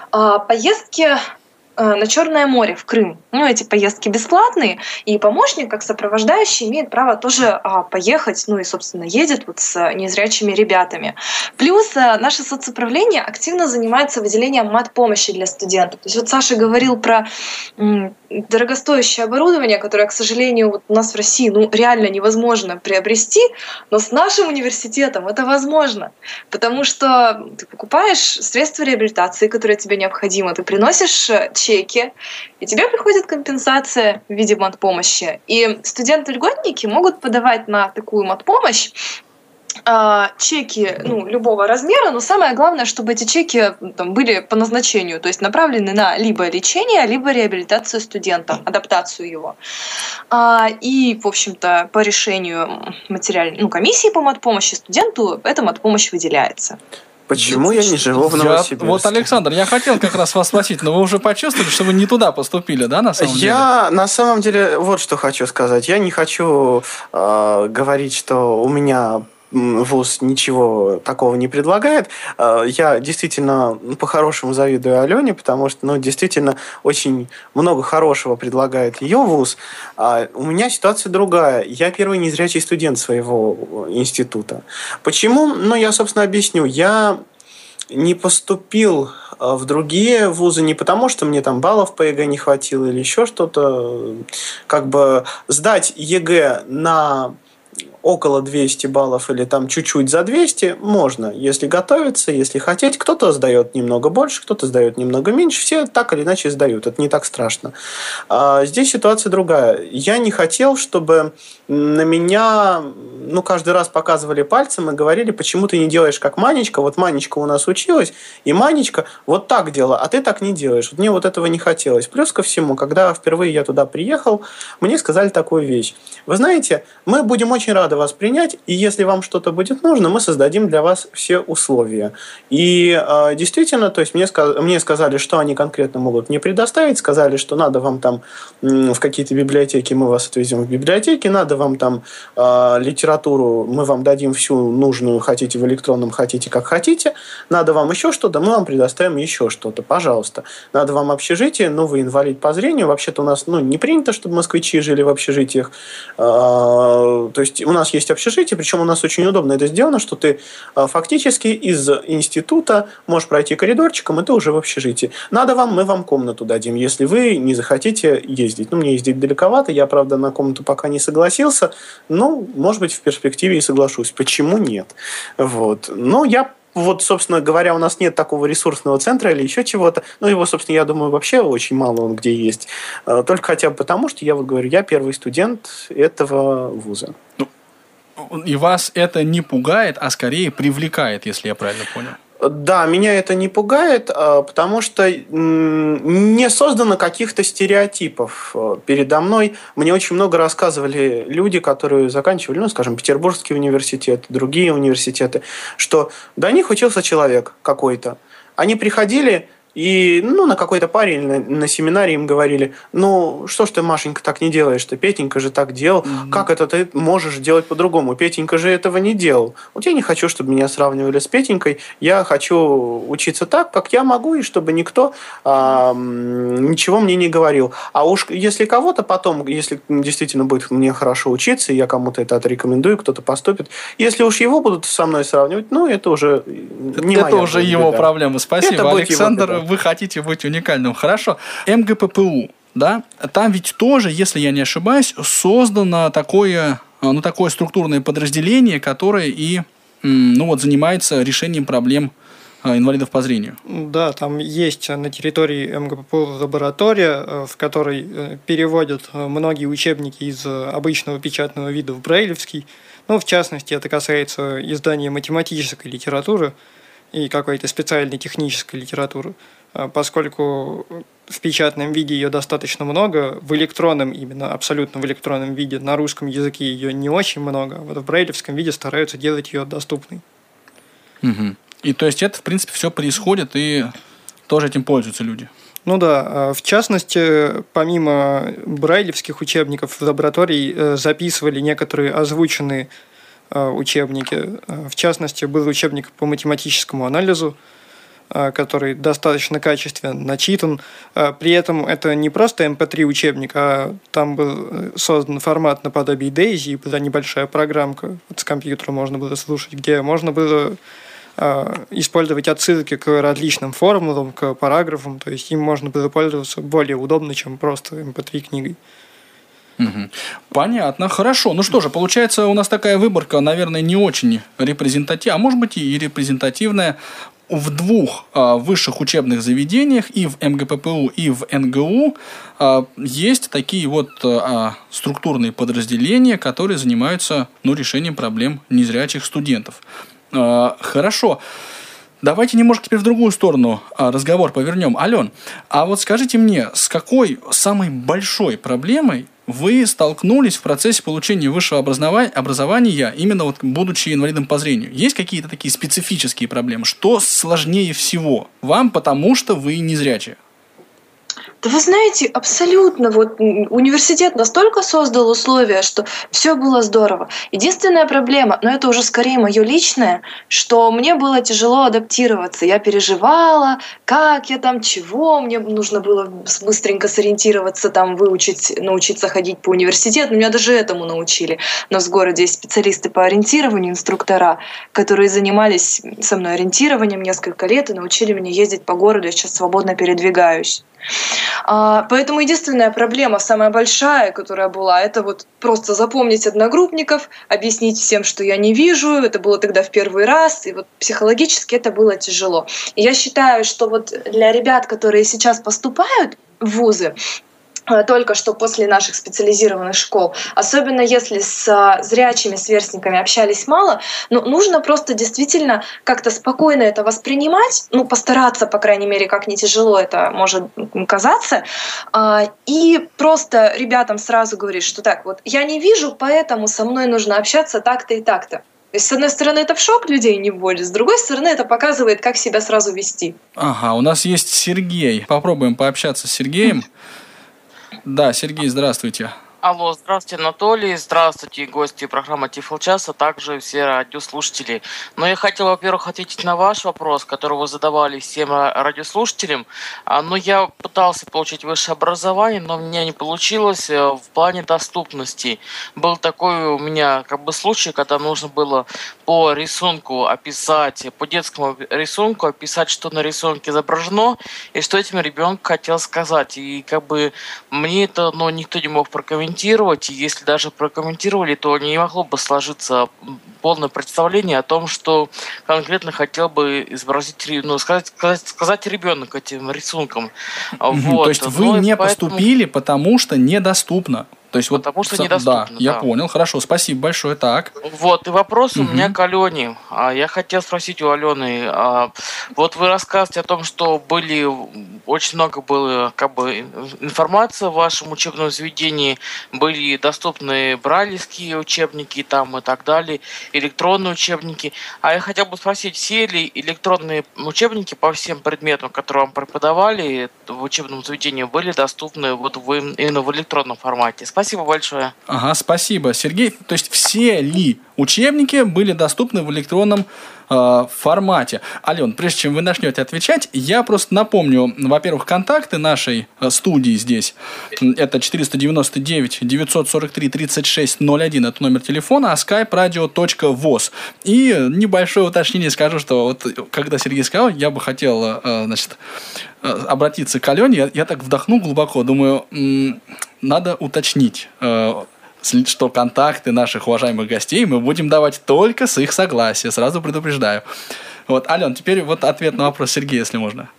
поездки на Черное море, в Крым. Ну, эти поездки бесплатные, и помощник, как сопровождающий, имеет право тоже а, поехать, ну и, собственно, едет вот с незрячими ребятами. Плюс а, наше соцуправление активно занимается выделением мат-помощи для студентов. То есть вот Саша говорил про м, дорогостоящее оборудование, которое, к сожалению, вот у нас в России ну, реально невозможно приобрести, но с нашим университетом это возможно, потому что ты покупаешь средства реабилитации, которые тебе необходимы, ты приносишь чеки, и тебе приходит компенсация в виде матпомощи. И студенты-льготники могут подавать на такую матпомощь э, чеки ну, любого размера, но самое главное, чтобы эти чеки там, были по назначению, то есть направлены на либо лечение, либо реабилитацию студента, адаптацию его. Э, и, в общем-то, по решению материальной ну, комиссии по матпомощи студенту эта матпомощь выделяется. Почему я не живу в Новосибирске? Я, вот, Александр, я хотел как раз вас спросить, но вы уже почувствовали, что вы не туда поступили, да, на самом деле? Я на самом деле вот что хочу сказать. Я не хочу э, говорить, что у меня вуз ничего такого не предлагает. Я действительно ну, по-хорошему завидую Алене, потому что ну, действительно очень много хорошего предлагает ее вуз. А у меня ситуация другая. Я первый незрячий студент своего института. Почему? Ну, я, собственно, объясню. Я не поступил в другие вузы не потому, что мне там баллов по ЕГЭ не хватило или еще что-то. Как бы сдать ЕГЭ на около двести баллов или там чуть-чуть за двести можно, если готовиться, если хотеть. Кто-то сдает немного больше, кто-то сдает немного меньше. Все так или иначе сдают. Это не так страшно. А здесь ситуация другая. Я не хотел, чтобы на меня ну, каждый раз показывали пальцем и говорили, почему ты не делаешь как Манечка. Вот Манечка у нас училась, и Манечка вот так делала, а ты так не делаешь. Вот мне вот этого не хотелось. Плюс ко всему, когда впервые я туда приехал, мне сказали такую вещь. Вы знаете, мы будем очень рады вас принять, и если вам что-то будет нужно, мы создадим для вас все условия. И э, действительно, то есть мне, сказ- мне сказали, что они конкретно могут мне предоставить, сказали, что надо вам там м- в какие-то библиотеки, мы вас отвезем в библиотеки, надо вам там э, литературу, мы вам дадим всю нужную, хотите в электронном, хотите как хотите, надо вам еще что-то, мы вам предоставим еще что-то, пожалуйста. Надо вам общежитие, ну вы инвалид по зрению, вообще-то у нас ну, не принято, чтобы москвичи жили в общежитиях, э, то есть у нас есть общежитие, причем у нас очень удобно это сделано, что ты фактически из института можешь пройти коридорчиком, и ты уже в общежитии. Надо вам, мы вам комнату дадим, если вы не захотите ездить. Ну, мне ездить далековато, я, правда, на комнату пока не согласился, но, может быть, в перспективе и соглашусь. Почему нет? Вот. Но я Вот, собственно говоря, у нас нет такого ресурсного центра или еще чего-то. Ну, его, собственно, я думаю, вообще очень мало он где есть. Только хотя бы потому, что я вот говорю, я первый студент этого вуза. И вас это не пугает, а скорее привлекает, если я правильно понял? Да, меня это не пугает, потому что не создано каких-то стереотипов передо мной. Мне очень много рассказывали люди, которые заканчивали, ну, скажем, Петербургский университет, другие университеты, что до них учился человек какой-то. Они приходили И ну, на какой-то паре или на, на семинаре им говорили, ну, что ж ты, Машенька, так не делаешь-то? Петенька же так делал. Mm-hmm. Как это ты можешь делать по-другому? Петенька же этого не делал. Вот я не хочу, чтобы меня сравнивали с Петенькой. Я хочу учиться так, как я могу, и чтобы никто а, ничего мне не говорил. А уж если кого-то потом, если действительно будет мне хорошо учиться, и я кому-то это отрекомендую, кто-то поступит, если уж его будут со мной сравнивать, ну, это уже не это моя уже жизнь, его да. проблема. Спасибо, это Александр. Вы хотите быть уникальным. Хорошо. МГППУ, да, там ведь тоже, если я не ошибаюсь, создано такое, ну, такое структурное подразделение, которое и ну, вот, занимается решением проблем инвалидов по зрению. Да, там есть на территории МГППУ лаборатория, в которой переводят многие учебники из обычного печатного вида в брайлевский. Ну, в частности, это касается издания математической литературы и какой-то специальной технической литературы, поскольку в печатном виде ее достаточно много, в электронном, именно абсолютно в электронном виде, на русском языке ее не очень много, а вот в брайлевском виде стараются делать ее доступной. Угу. И то есть это, в принципе, все происходит, и тоже этим пользуются люди? Ну да, в частности, помимо брайлевских учебников в лаборатории записывали некоторые озвученные учебники. В частности, был учебник по математическому анализу, который достаточно качественно начитан. При этом это не просто эм пэ три учебник, а там был создан формат наподобие Дейзи, была небольшая программка, вот с компьютера можно было слушать, где можно было использовать отсылки к различным формулам, к параграфам, то есть им можно было пользоваться более удобно, чем просто эм пэ три книгой. Угу. Понятно, хорошо. Ну что же, получается, у нас такая выборка, наверное, не очень репрезентативная, а может быть и репрезентативная. В двух а, высших учебных заведениях, и в МГППУ, и в эн гэ у, а, есть такие вот а, структурные подразделения, которые занимаются ну, решением проблем незрячих студентов. А, хорошо. Давайте немножко теперь в другую сторону а, разговор повернем. Ален, а вот скажите мне, с какой самой большой проблемой вы столкнулись в процессе получения высшего образования, образования, именно вот будучи инвалидом по зрению? Есть какие-то такие специфические проблемы? Что сложнее всего вам, потому что вы незрячие? Да вы знаете, абсолютно. Вот университет настолько создал условия, что все было здорово. Единственная проблема, но это уже скорее мое личное, что мне было тяжело адаптироваться. Я переживала, как я там, чего. Мне нужно было быстренько сориентироваться, там, выучить, научиться ходить по университету. Меня даже этому научили. У нас в городе есть специалисты по ориентированию, инструктора, которые занимались со мной ориентированием несколько лет и научили меня ездить по городу. Я сейчас свободно передвигаюсь. Поэтому единственная проблема, самая большая, которая была, это вот просто запомнить одногруппников, объяснить всем, что я не вижу. Это было тогда в первый раз, и вот психологически это было тяжело. И я считаю, что вот для ребят, которые сейчас поступают в вузы, только что после наших специализированных школ, особенно если с зрячими сверстниками общались мало, ну, нужно просто действительно как-то спокойно это воспринимать, ну, постараться, по крайней мере, как не тяжело это может казаться, и просто ребятам сразу говорить, что так, вот я не вижу, поэтому со мной нужно общаться так-то и так-то. То есть, с одной стороны, это в шок людей не вводит, с другой стороны, это показывает, как себя сразу вести. Ага, у нас есть Сергей. Попробуем пообщаться с Сергеем. Да, Сергей, здравствуйте. Алло, здравствуйте, Анатолий, здравствуйте, гости программы Тифлчас, а также все радиослушатели. Но я хотел, во-первых, ответить на ваш вопрос, который вы задавали всем радиослушателям. Но я пытался получить высшее образование, но у меня не получилось в плане доступности. Был такой у меня как бы случай, когда нужно было по рисунку описать, по детскому рисунку описать, что на рисунке изображено, и что этим ребенок хотел сказать. И как бы мне это, ну, никто не мог прокомментировать. И если даже прокомментировали, то не могло бы сложиться полное представление о том, что конкретно хотел бы изобразить, ну, сказать, сказать, сказать ребенок этим рисунком. Вот. То есть вы ну, не поэтому... поступили, потому что недоступно. То есть, потому вот, что недоступно. Да, я да. понял. Хорошо, спасибо большое. Так. Вот, и вопрос угу. у меня к Алене. Я хотел спросить у Алены. Вот вы рассказываете о том, что были очень много было как бы информации в вашем учебном заведении, были доступны брайлевские учебники там и так далее, электронные учебники. А я хотел бы спросить, все ли электронные учебники по всем предметам, которые вам преподавали в учебном заведении, были доступны вот в, именно в электронном формате? Спасибо большое. Ага, спасибо, Сергей. То есть все ли учебники были доступны в электронном э, формате? Ален, прежде чем вы начнете отвечать, я просто напомню, во-первых, контакты нашей э, студии здесь. Это четыреста девяносто девять девятьсот сорок три тридцать шесть ноль один, это номер телефона, а skype radio точка voz. И небольшое уточнение скажу, что вот когда Сергей сказал, я бы хотел э, значит, э, обратиться к Алене, я, я так вдохнул глубоко, думаю, м- надо уточнить, э, что контакты наших уважаемых гостей мы будем давать только с их согласия, сразу предупреждаю. Вот, Ален, теперь вот ответ на вопрос Сергея, если можно.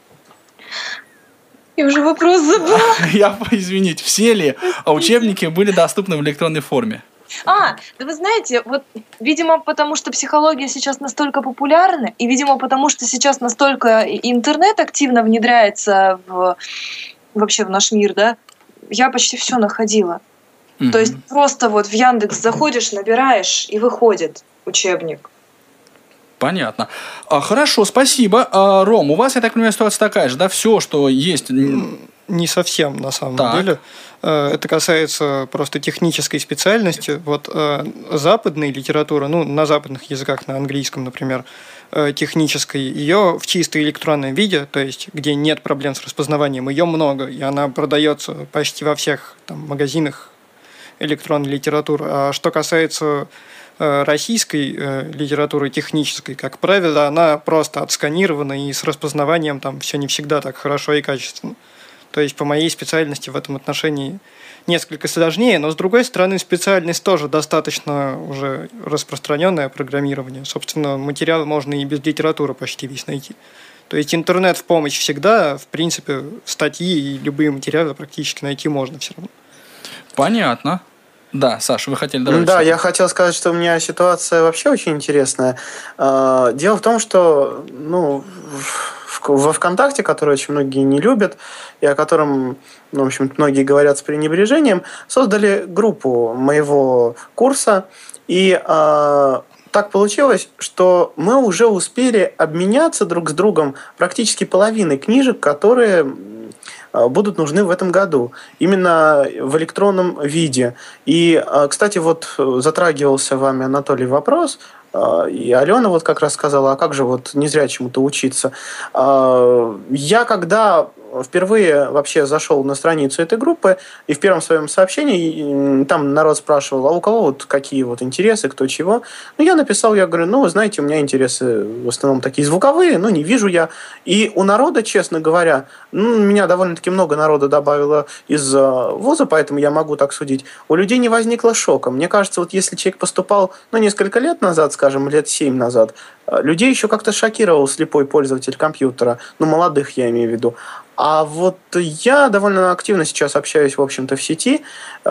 Я уже вопрос забыла. Я, извините, все ли учебники были доступны в электронной форме? А, да вы знаете, вот, видимо, потому что психология сейчас настолько популярна, и, видимо, потому что сейчас настолько интернет активно внедряется в, вообще в наш мир, да, я почти все находила. Mm-hmm. То есть просто вот в Яндекс заходишь, набираешь, и выходит учебник. Понятно. А, хорошо, спасибо. А, Ром, у вас, я так понимаю, ситуация такая же, да? Все, что есть... Не совсем, на самом так. деле. Это касается просто технической специальности. Вот западная литература, ну, на западных языках, на английском, например, технической, ее в чисто электронном виде, то есть где нет проблем с распознаванием, ее много, и она продается почти во всех там, магазинах электронной литературы. А что касается российской литературы технической, как правило, она просто отсканирована, и с распознаванием там все не всегда так хорошо и качественно. То есть по моей специальности в этом отношении несколько сложнее, но с другой стороны специальность тоже достаточно уже распространенное программирование. Собственно, материалы можно и без литературы почти весь найти. То есть интернет в помощь всегда, в принципе, статьи и любые материалы практически найти можно все равно. Понятно. Да, Саша, вы хотели добавить? Да, что-то? я хотел сказать, что у меня ситуация вообще очень интересная. Дело в том, что ну, во ВКонтакте, который очень многие не любят, и о котором, ну, в общем, многие говорят с пренебрежением, создали группу моего курса, и э, так получилось, что мы уже успели обменяться друг с другом практически половиной книжек, которые будут нужны в этом году, именно в электронном виде. И, кстати, вот затрагивался вами, Анатолий, вопрос, и Алена вот как раз сказала, а как же вот незрячему-то учиться? Я когда впервые вообще зашел на страницу этой группы, и в первом своем сообщении там народ спрашивал, а у кого вот какие вот интересы, кто чего. Ну, я написал, я говорю, ну, вы знаете, у меня интересы в основном такие звуковые, ну, не вижу я. И у народа, честно говоря, ну, меня довольно-таки много народа добавило из вуза, поэтому я могу так судить. У людей не возникло шока. Мне кажется, вот если человек поступал, ну, несколько лет назад, скажем, лет семь назад, людей еще как-то шокировал слепой пользователь компьютера, ну, молодых я имею в виду. А вот я довольно активно сейчас общаюсь, в общем-то, в сети,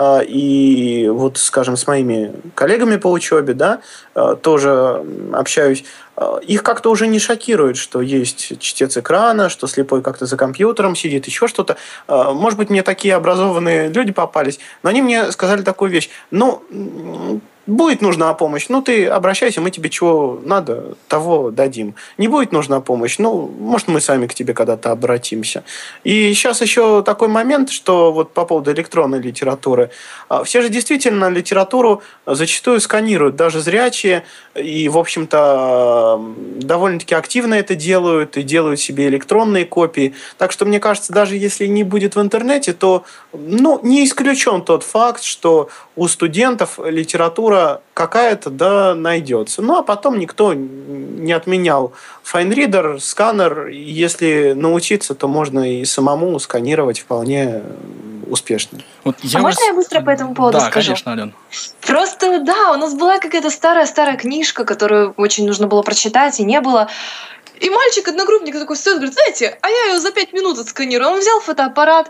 и вот, скажем, с моими коллегами по учебе, да, тоже общаюсь. Их как-то уже не шокирует, что есть чтец экрана, что слепой как-то за компьютером сидит, еще что-то. Может быть, мне такие образованные люди попались, но они мне сказали такую вещь. Ну, будет нужна помощь, ну, ты обращайся, мы тебе чего надо, того дадим. Не будет нужна помощь, ну, может, мы сами к тебе когда-то обратимся. И сейчас еще такой момент, что вот по поводу электронной литературы. Все же действительно литературу зачастую сканируют, даже зрячие, и, в общем-то, довольно-таки активно это делают, и делают себе электронные копии. Так что, мне кажется, даже если не будет в интернете, то, ну, не исключен тот факт, что у студентов литература какая-то, да, найдется. Ну, а потом никто не отменял файнридер, сканер. Если научиться, то можно и самому сканировать вполне успешно. Вот я а вас... можно я быстро по этому поводу да, скажу? Да, конечно, Ален. Просто, да, у нас была какая-то старая-старая книжка, которую очень нужно было прочитать, и не было. И мальчик-одногруппник такой стоит, говорит, знаете, а я ее за пять минут отсканирую. Он взял фотоаппарат,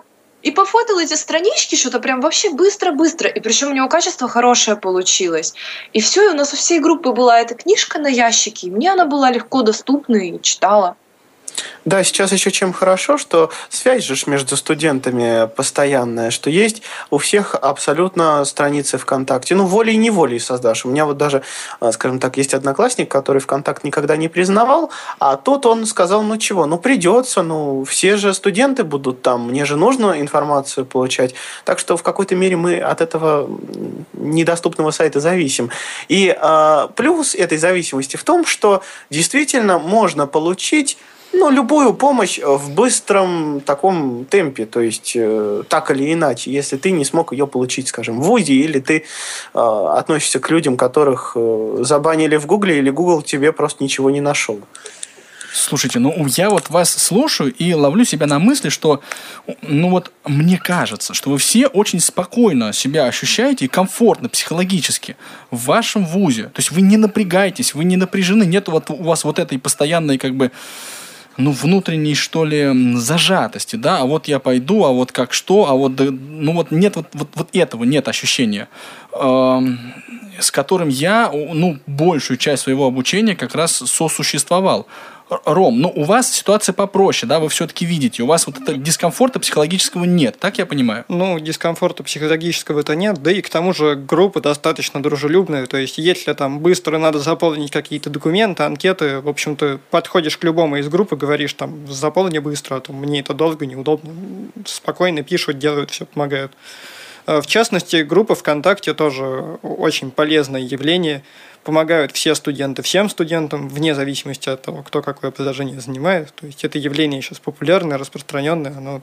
и пофотал эти странички, что-то прям вообще быстро-быстро. И причем у него качество хорошее получилось. И все, и у нас у всей группы была эта книжка на ящике, и мне она была легко доступна и читала. Да, сейчас еще чем хорошо, что связь же между студентами постоянная, что есть у всех абсолютно страницы ВКонтакте. Ну, волей-неволей создашь. У меня вот даже, скажем так, есть одноклассник, который ВКонтакт никогда не признавал, а тут он сказал, ну чего, ну придется, ну все же студенты будут там, мне же нужно информацию получать. Так что в какой-то мере мы от этого недоступного сайта зависим. И э, плюс этой зависимости в том, что действительно можно получить ну, любую помощь в быстром таком темпе, то есть э, так или иначе, если ты не смог ее получить, скажем, в ВУЗе, или ты э, относишься к людям, которых э, забанили в Гугле, или Google тебе просто ничего не нашел. Слушайте, ну я вот вас слушаю и ловлю себя на мысли, что, ну вот мне кажется, что вы все очень спокойно себя ощущаете и комфортно психологически в вашем вузе. То есть вы не напрягаетесь, вы не напряжены, нет вот у вас вот этой постоянной как бы ну, внутренней, что ли, зажатости, да, а вот я пойду, а вот как что, а вот, ну, вот нет вот, вот, вот этого, нет ощущения, э, с которым я, ну, большую часть своего обучения как раз сосуществовал. Ром, ну, у вас ситуация попроще, да, вы все-таки видите, у вас вот этого дискомфорта психологического нет, так я понимаю? Ну, дискомфорта психологического-то нет, да и к тому же группа достаточно дружелюбная, то есть если там быстро надо заполнить какие-то документы, анкеты, в общем-то, подходишь к любому из группы, говоришь там, заполни быстро, а то мне это долго, неудобно, спокойно пишут, делают, все помогают. В частности, группа ВКонтакте тоже очень полезное явление. Помогают все студенты всем студентам, вне зависимости от того, кто какое положение занимает. То есть это явление сейчас популярное, распространенное, оно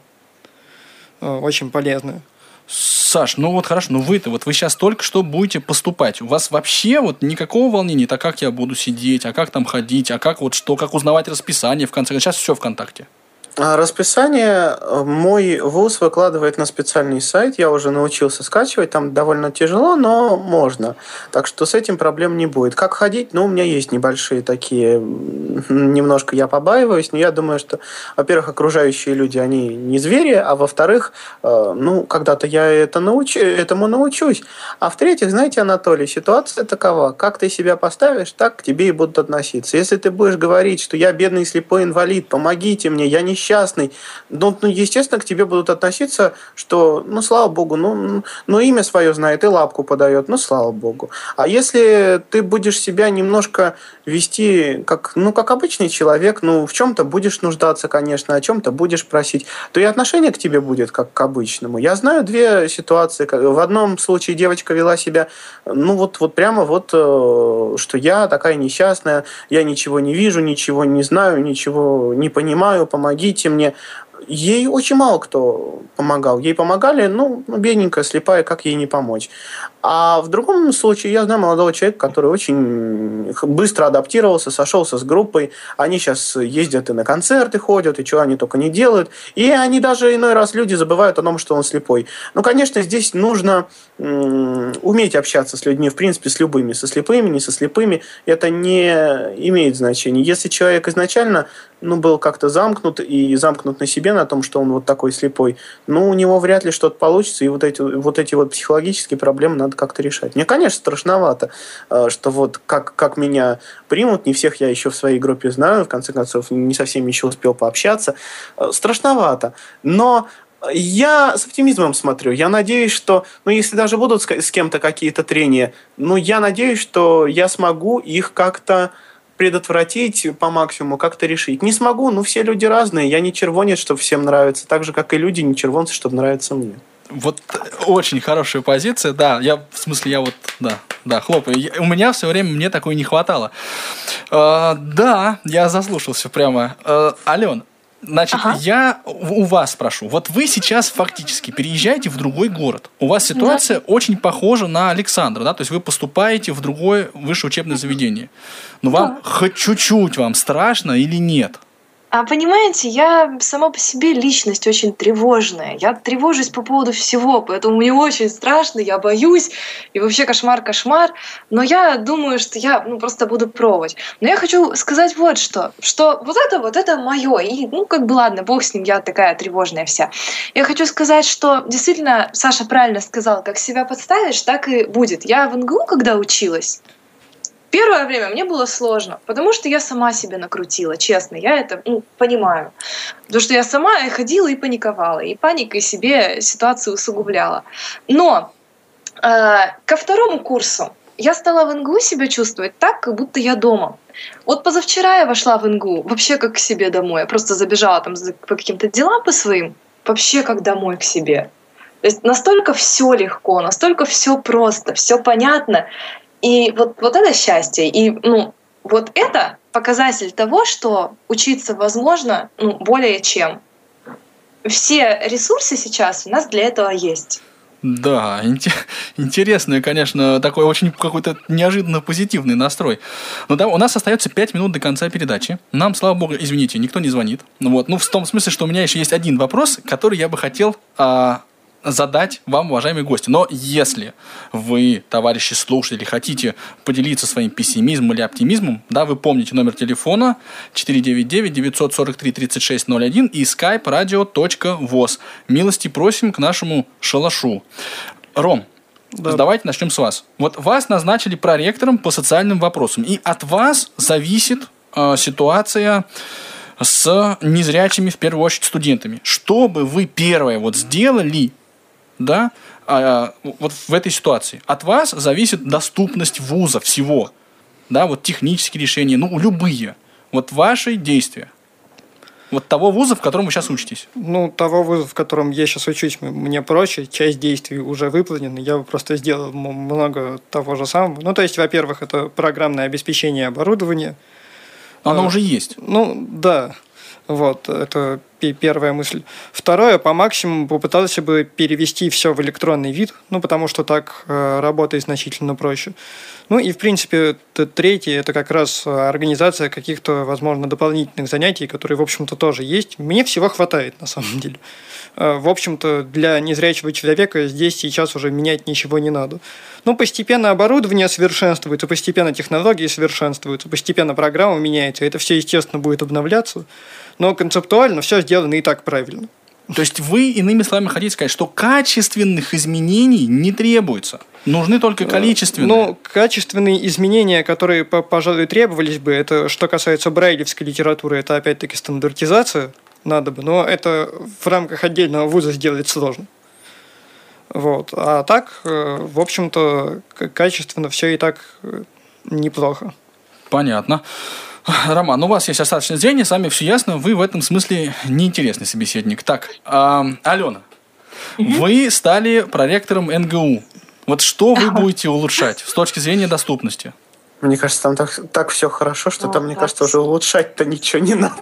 очень полезное. Саш, ну вот хорошо, ну вы-то, вот вы сейчас только что будете поступать. У вас вообще вот никакого волнения, а как я буду сидеть, а как там ходить, а как вот что, как узнавать расписание в конце. Сейчас все ВКонтакте. Расписание мой вуз выкладывает на специальный сайт. Я уже научился скачивать. Там довольно тяжело, но можно. Так что с этим проблем не будет. Как ходить? Ну, у меня есть небольшие такие... Немножко я побаиваюсь, но я думаю, что, во-первых, окружающие люди, они не звери, а во-вторых, ну, когда-то я это науч... этому научусь. А в-третьих, знаете, Анатолий, ситуация такова. Как ты себя поставишь, так к тебе и будут относиться. Если ты будешь говорить, что я бедный слепой инвалид, помогите мне, я несчастный, счастный, ну, ну, естественно, к тебе будут относиться, что, ну, слава богу, ну, ну, имя свое знает и лапку подает, ну, слава богу. А если ты будешь себя немножко вести как, ну, как обычный человек, ну, в чем-то будешь нуждаться, конечно, о чем-то будешь просить, то и отношение к тебе будет как к обычному. Я знаю две ситуации. В одном случае девочка вела себя, ну, вот, вот прямо вот, что я такая несчастная, я ничего не вижу, ничего не знаю, ничего не понимаю, помогите мне. Ей очень мало кто помогал. Ей помогали, ну, бедненькая, слепая, как ей не помочь. А в другом случае я знаю молодого человека, который очень быстро адаптировался, сошелся с группой. Они сейчас ездят и на концерты ходят, и чего они только не делают. И они даже иной раз люди забывают о том, что он слепой. Ну, конечно, здесь нужно м- уметь общаться с людьми, в принципе, с любыми. Со слепыми, не со слепыми. Это не имеет значения. Если человек изначально ну, был как-то замкнут и замкнут на себе, на том, что он вот такой слепой, ну, у него вряд ли что-то получится, и вот эти вот, эти вот психологические проблемы надо как-то решать. Мне, конечно, страшновато, что вот как, как меня примут, не всех я еще в своей группе знаю, в конце концов, не со всеми еще успел пообщаться. Страшновато. Но я с оптимизмом смотрю. Я надеюсь, что, ну, если даже будут с кем-то какие-то трения, ну, я надеюсь, что я смогу их как-то предотвратить по максимуму, как-то решить. Не смогу, ну, все люди разные. Я не червонец, чтобы всем нравится, так же, как и люди не червонцы, чтобы нравиться мне. Вот очень хорошая позиция, да, я, в смысле, я вот, да, да, хлопаю. Я, у меня все время, мне такой не хватало. Э, да, я заслушался прямо. Э, Ален, значит, ага. я у вас спрошу. Вот вы сейчас фактически переезжаете в другой город. У вас ситуация да. очень похожа на Александра, да? То есть вы поступаете в другое высшее учебное заведение. Но вам да. хоть чуть-чуть вам страшно или нет? А понимаете, я сама по себе личность очень тревожная. Я тревожусь по поводу всего, поэтому мне очень страшно, я боюсь. И вообще кошмар-кошмар. Но я думаю, что я ну, просто буду пробовать. Но я хочу сказать вот что. Что вот это вот это мое. И ну как бы ладно, бог с ним, я такая тревожная вся. Я хочу сказать, что действительно Саша правильно сказал, как себя подставишь, так и будет. Я в эн гэ у, когда училась, первое время мне было сложно, потому что я сама себя накрутила, честно, я это ну, понимаю. Потому что я сама ходила и паниковала, и паникой себе ситуацию усугубляла. Но э, ко второму курсу я стала в эн гэ у себя чувствовать так, как будто я дома. Вот позавчера я вошла в эн гэ у вообще как к себе домой. Я просто забежала там по каким-то делам по своим, вообще как домой к себе. То есть настолько все легко, настолько все просто, все понятно. И вот, вот это счастье. И ну, вот это показатель того, что учиться возможно ну, более чем. Все ресурсы сейчас у нас для этого есть. Да, интересный, конечно, такой очень какой-то неожиданно позитивный настрой. Но да, у нас остается пять минут до конца передачи. Нам, слава богу, извините, никто не звонит. Вот. Ну, в том смысле, что у меня еще есть один вопрос, который я бы хотел... А... задать вам, уважаемые гости. Но если вы, товарищи слушатели, хотите поделиться своим пессимизмом или оптимизмом, да, вы помните номер телефона четыре девять девять девятьсот сорок три тридцать шесть ноль один и skype radio точка voz. Милости просим к нашему шалашу. Ром, да. Давайте начнем с вас. Вот вас назначили проректором по социальным вопросам, и от вас зависит э, ситуация с незрячими, в первую очередь, студентами. Что бы вы первое вот сделали, да, а, вот в этой ситуации? От вас зависит доступность вуза всего, да, вот технические решения, ну, любые. Вот ваши действия. Вот того вуза, в котором вы сейчас учитесь. Ну, того вуза, в котором я сейчас учусь, мне проще, часть действий уже выполнена, я бы просто сделал много того же самого. Ну, то есть, во-первых, это программное обеспечение оборудования. Оно а, уже есть. Ну, да. Вот, это первая мысль. Второе, по максимуму попытался бы перевести все в электронный вид, ну, потому что так э, работает значительно проще. Ну, и, в принципе, третье, это как раз организация каких-то, возможно, дополнительных занятий, которые, в общем-то, тоже есть. Мне всего хватает, на самом деле. Э, в общем-то, для незрячего человека здесь сейчас уже менять ничего не надо. Ну, постепенно оборудование совершенствуется, постепенно технологии совершенствуются, постепенно программа меняется, это все, естественно, будет обновляться. Но концептуально все сделано и так правильно. То есть вы, иными словами, хотите сказать, что качественных изменений не требуется? Нужны только количественные? Ну, качественные изменения, которые, пожалуй, требовались бы, это что касается брайлевской литературы, это опять-таки стандартизация надо бы, но это в рамках отдельного вуза сделать сложно. Вот. А так, в общем-то, качественно все и так неплохо. Понятно. Роман, у вас есть остаточное зрение, с вами все ясно, вы в этом смысле неинтересный собеседник. Так, э, Алена, mm-hmm. вы стали проректором эн гэ у. Вот что вы будете улучшать с точки зрения доступности? Мне кажется, там так, так все хорошо, что oh, там, мне кажется, уже улучшать-то ничего не надо.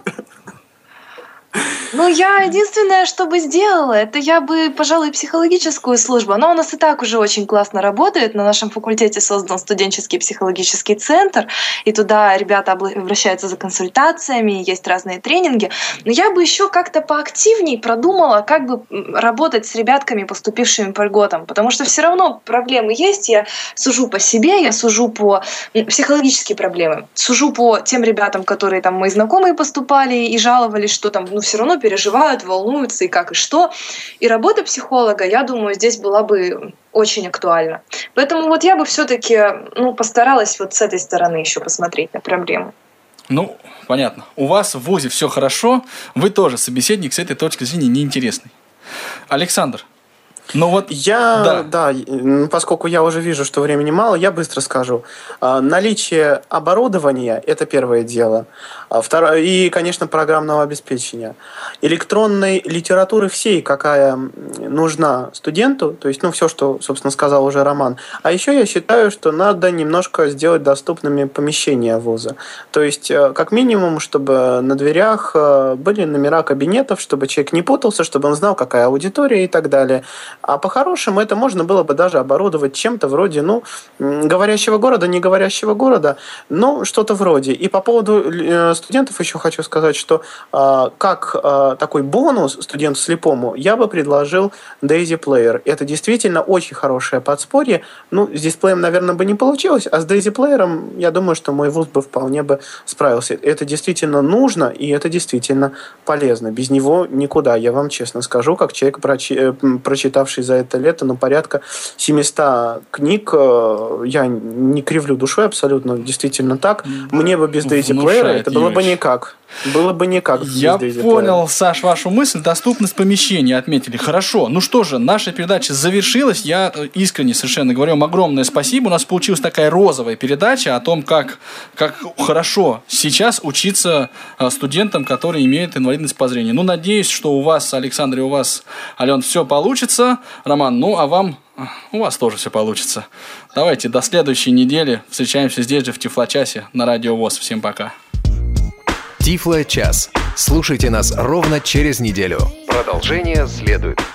Ну, я единственное, что бы сделала, это я бы, пожалуй, психологическую службу. Она у нас и так уже очень классно работает. На нашем факультете создан студенческий психологический центр, и туда ребята обращаются за консультациями, есть разные тренинги. Но я бы еще как-то поактивнее продумала, как бы работать с ребятками, поступившими по льготам. Потому что все равно проблемы есть. Я сужу по себе, я сужу по психологические проблемы. Сужу по тем ребятам, которые там мои знакомые поступали и жаловались, что там, ну, все равно переживают, волнуются и как и что. И работа психолога, я думаю, здесь была бы очень актуальна. Поэтому вот я бы все-таки ну, постаралась вот с этой стороны еще посмотреть на проблему. Ну, понятно. У вас в вузе все хорошо, вы тоже собеседник с этой точки зрения неинтересный. Александр, ну вот, я, да. да, поскольку я уже вижу, что времени мало, я быстро скажу. Наличие оборудования – это первое дело. Второе, и, конечно, программного обеспечения. Электронной литературы всей, какая нужна студенту, то есть, ну, все, что, собственно, сказал уже Роман. А еще я считаю, что надо немножко сделать доступными помещения вуза. То есть, как минимум, чтобы на дверях были номера кабинетов, чтобы человек не путался, чтобы он знал, какая аудитория и так далее. А по-хорошему это можно было бы даже оборудовать чем-то вроде, ну, говорящего города, не говорящего города, но что-то вроде. И по поводу студентов еще хочу сказать, что как такой бонус студенту слепому я бы предложил Daisy Player. Это действительно очень хорошее подспорье. Ну, с дисплеем, наверное, бы не получилось, а с Daisy Player, я думаю, что мой вуз бы вполне бы справился. Это действительно нужно, и это действительно полезно. Без него никуда, я вам честно скажу, как человек, прочи, прочитавший за это лето, ну, порядка семьсот книг, я не кривлю душой абсолютно, действительно так. Мне бы без Daisy Player это было бы никак. Было бы никак. Я понял, Саш, вашу мысль. Доступность помещения отметили. Хорошо. Ну что же, наша передача завершилась. Я искренне совершенно говорю вам огромное спасибо. У нас получилась такая розовая передача о том, как, как хорошо сейчас учиться студентам, которые имеют инвалидность по зрению. Ну, надеюсь, что у вас, Александр, и у вас, Ален, все получится. Роман, ну, а вам... У вас тоже все получится. Давайте до следующей недели. Встречаемся здесь же в Тифлочасе на Радио ВОС. Всем пока. Тифло час. Слушайте нас ровно через неделю. Продолжение следует.